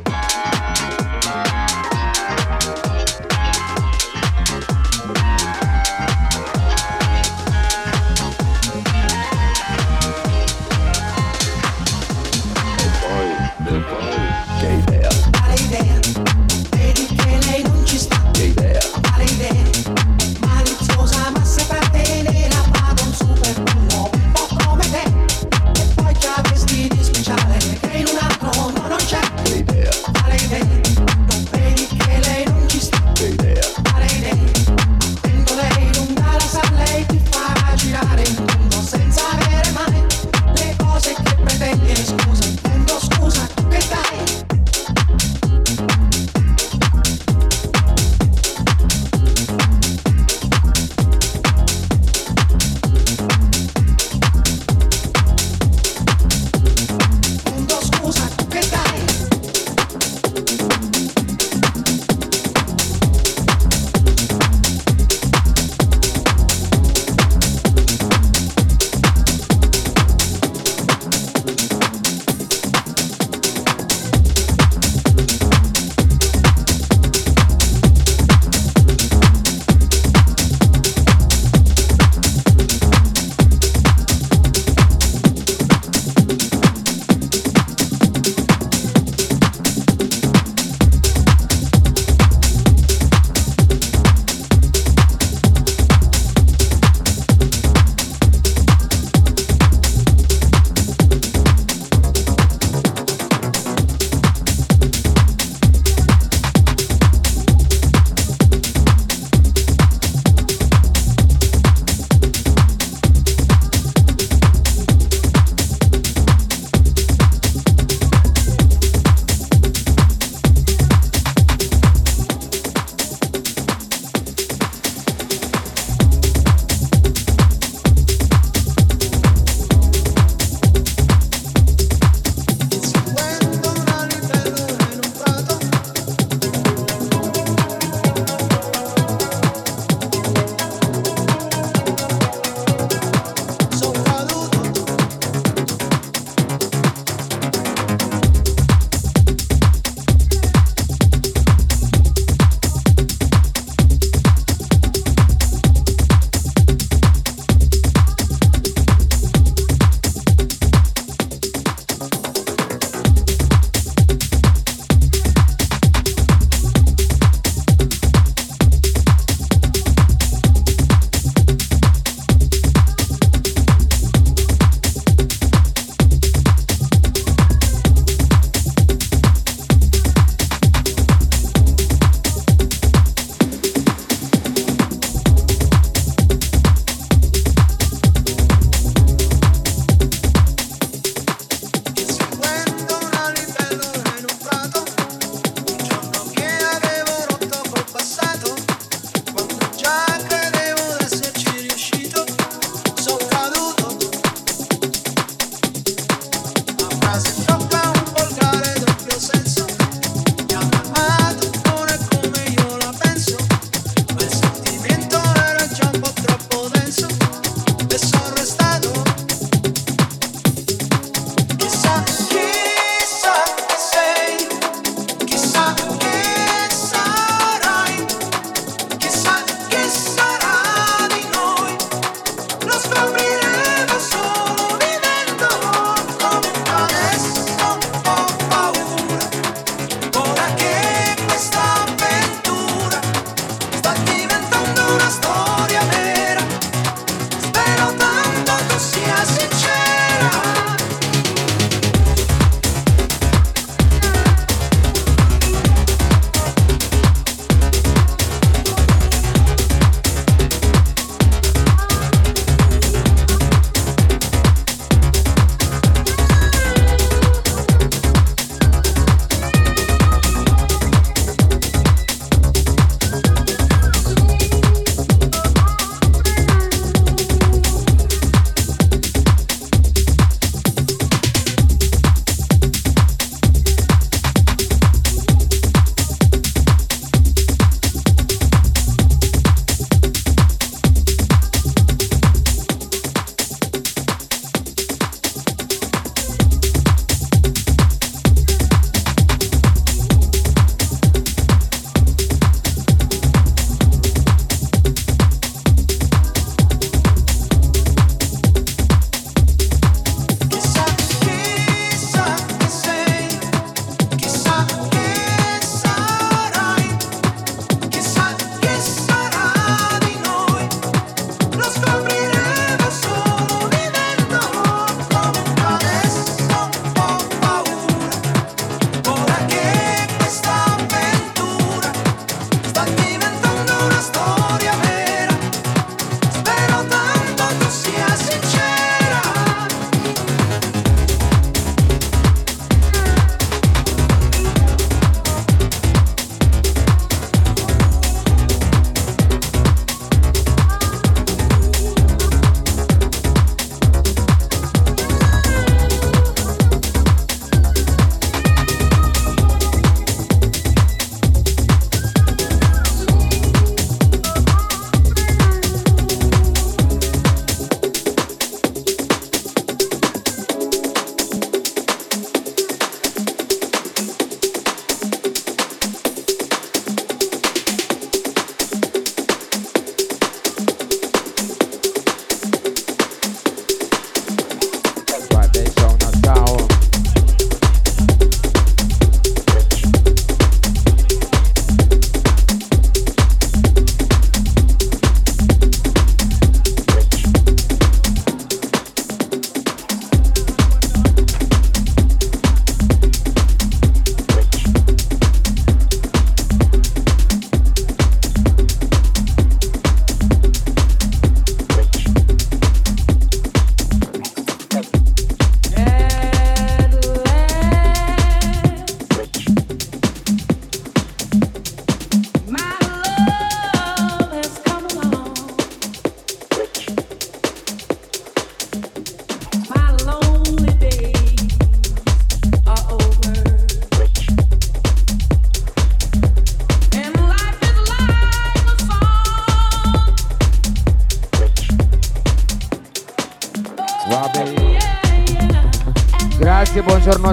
Scusa, tu che dai?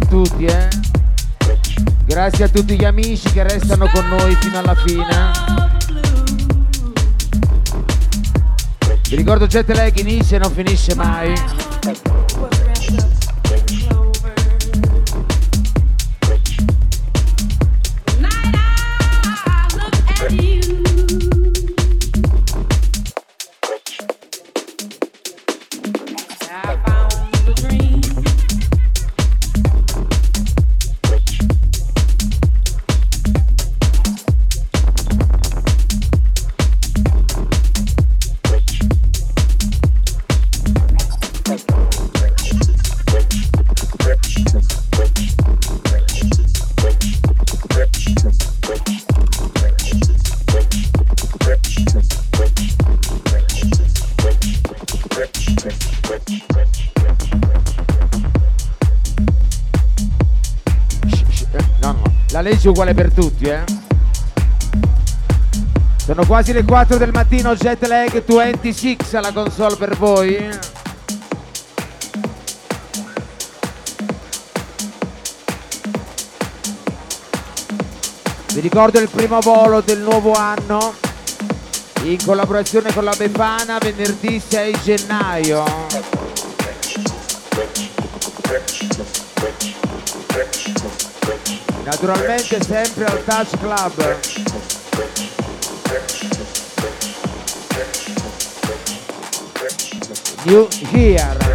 tutti, Grazie a tutti gli amici che restano con noi fino alla fine. Vi ricordo Jet Lag inizia e non finisce mai. La legge è uguale per tutti, Sono quasi le 4 del mattino, Jet Lag 26 alla console per voi. Vi ricordo il primo volo del nuovo anno in collaborazione con la Befana venerdì 6 gennaio. Naturalmente sempre al Touch Club. New Year.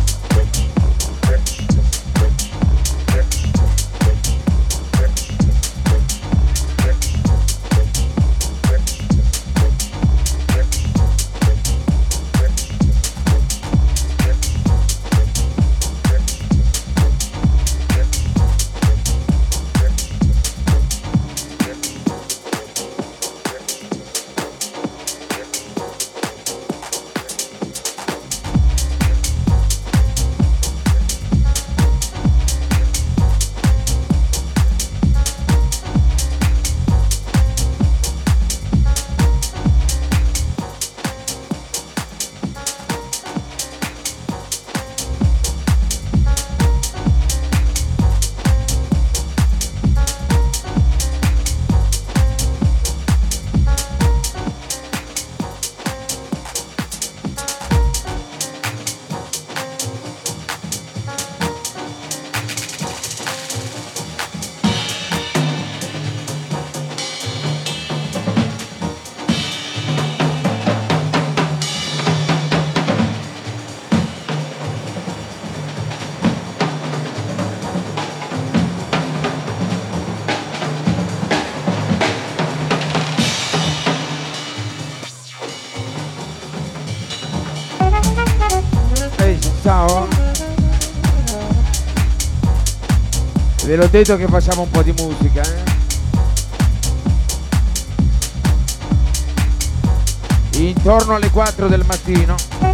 Ciao. Ve l'ho detto che facciamo un po' di musica, Intorno alle 4 del mattino.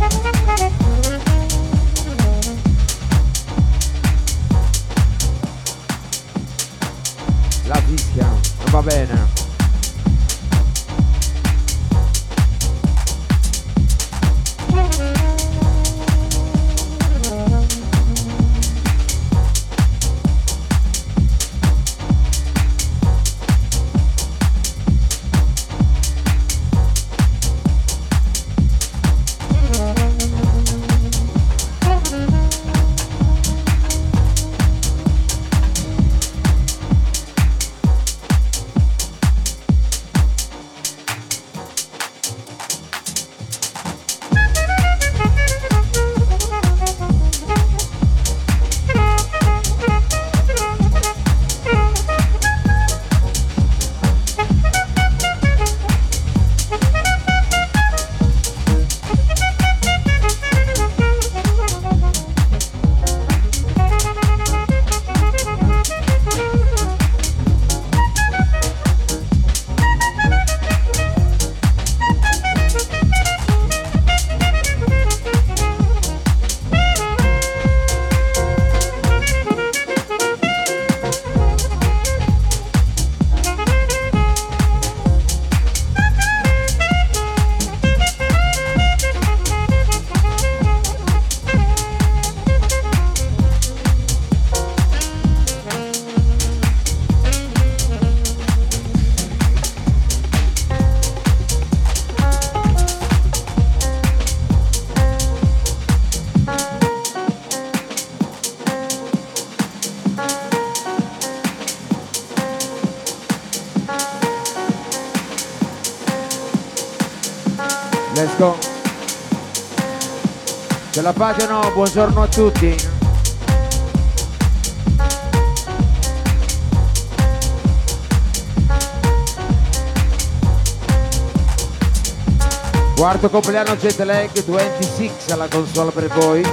La fischia, non va bene. Let's go. Ce la fate o no? Buongiorno a tutti. Quarto compleanno Jet Lag 26 alla console per voi.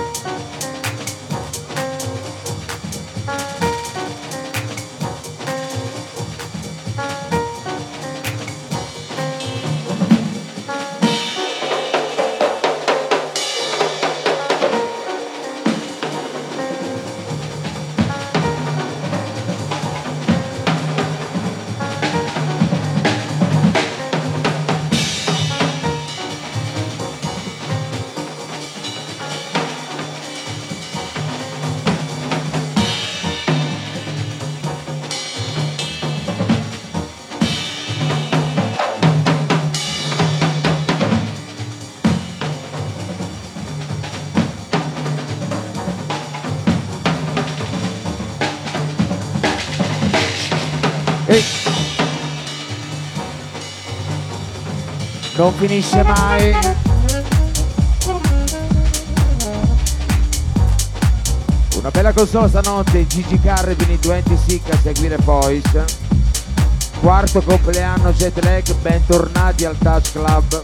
Non finisce mai. Una bella console stanotte, Gigi Carrabini 26 a seguire Voice. Quarto compleanno Jet Lag, bentornati al Touch Club.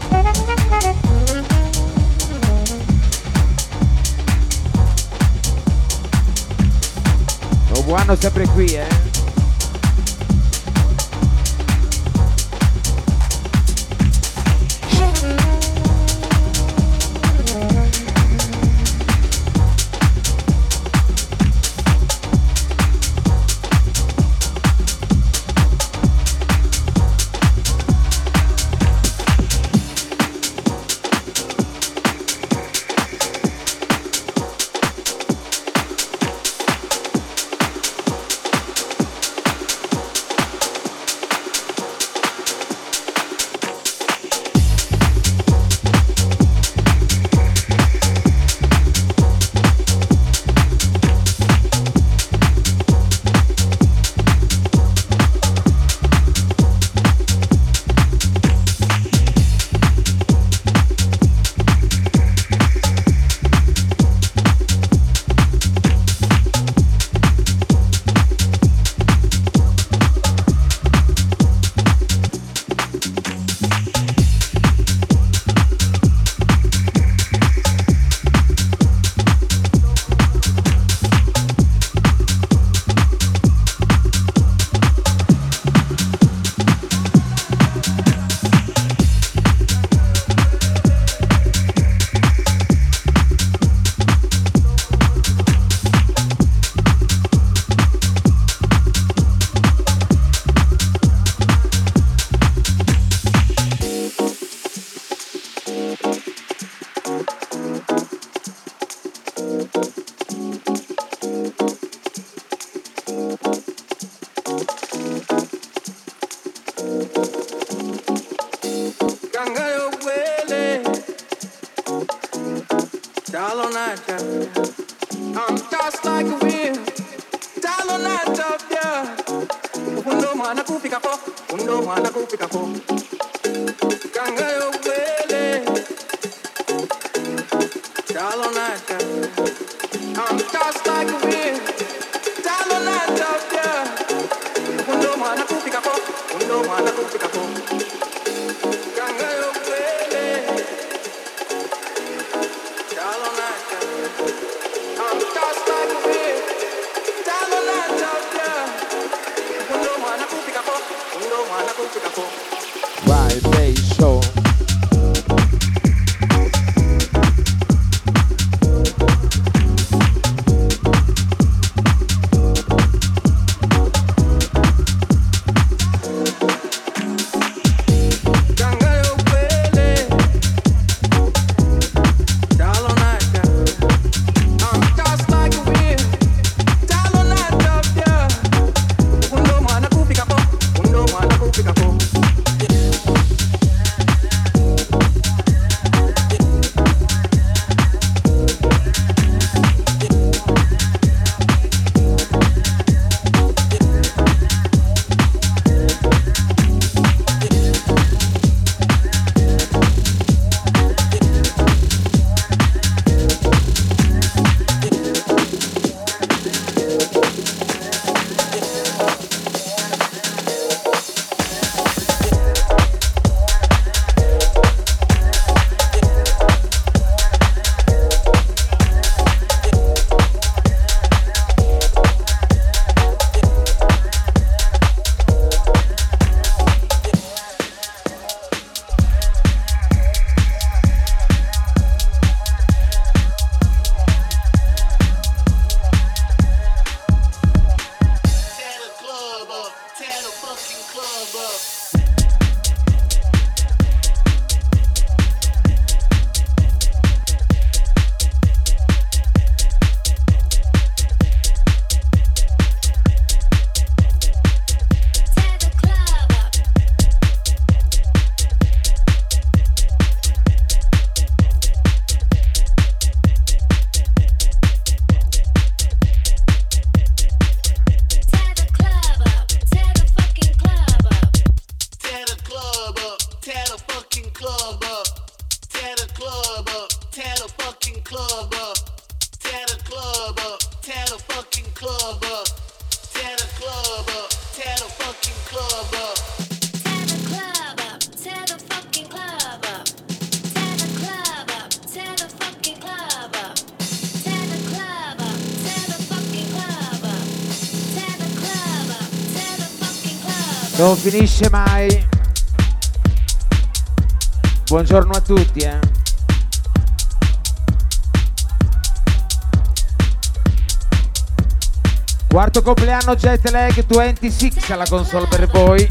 Nuovo anno sempre qui, Non finisce mai. Buongiorno a tutti, Quarto compleanno Jetlag 26 alla console per voi.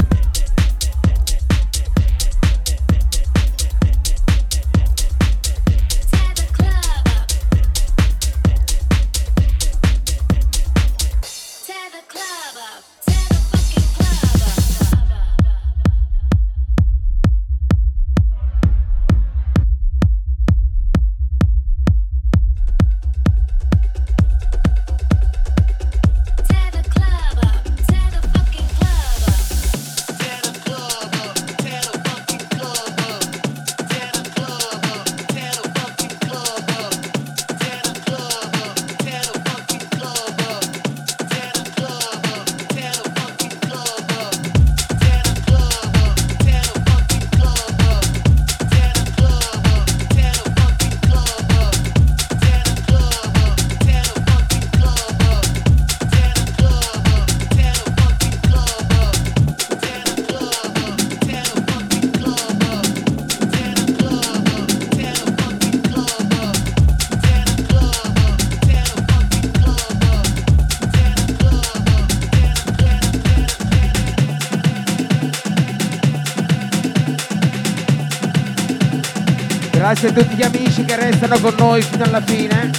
Grazie a tutti gli amici che restano con noi fino alla fine.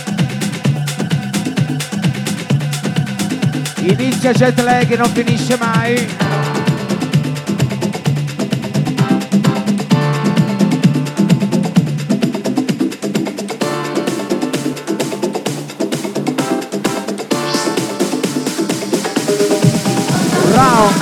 Inizia Jetlag e non finisce mai. Round.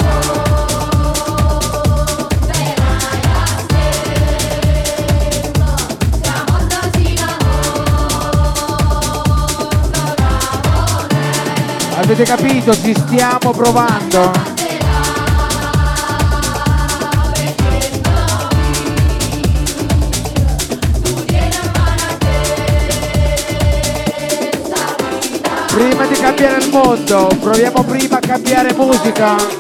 Avete capito? Ci stiamo provando. Prima di cambiare il mondo, proviamo prima a cambiare musica.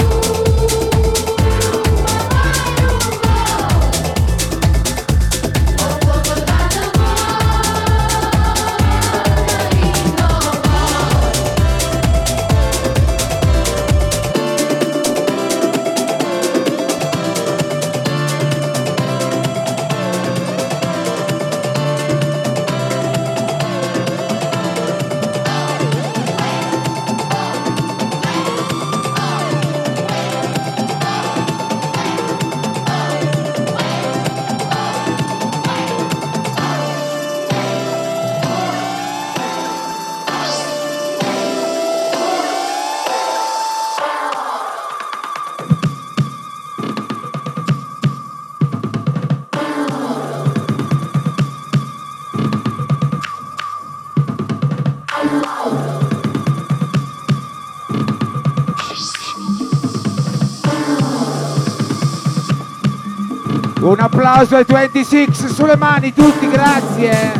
Un applauso ai 26 sulle mani tutti, grazie.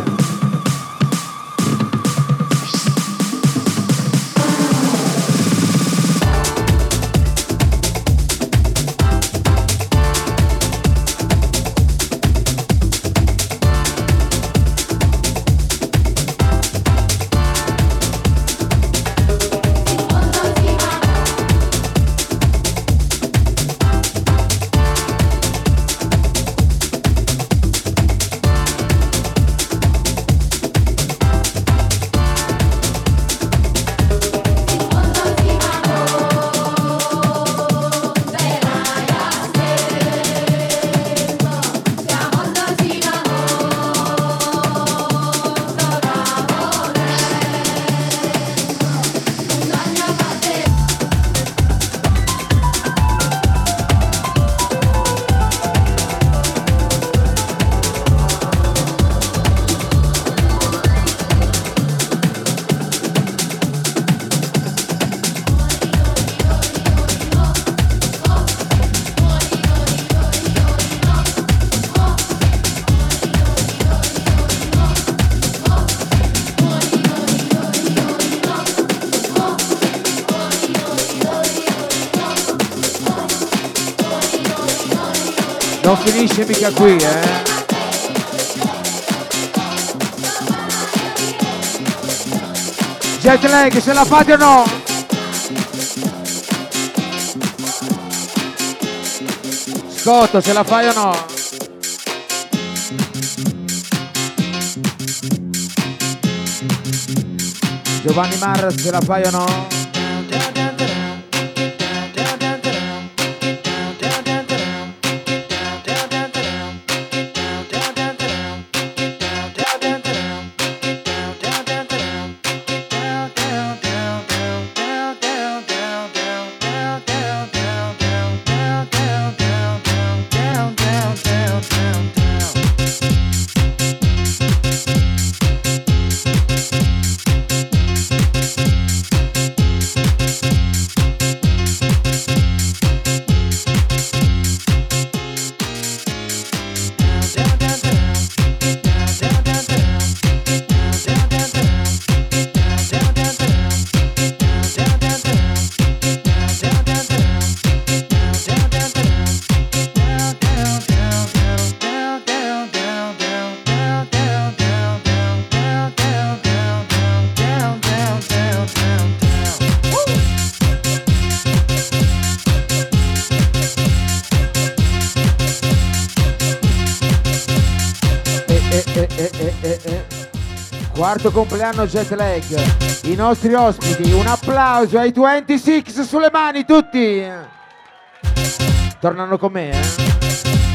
Non finisce mica qui, Jet lag, se la fate o no? Scotto, se la fai o no? Giovanni Marra, se la fai o no? Quarto compleanno Jet Lag, i nostri ospiti, un applauso ai 26 sulle mani tutti! Tornano con me,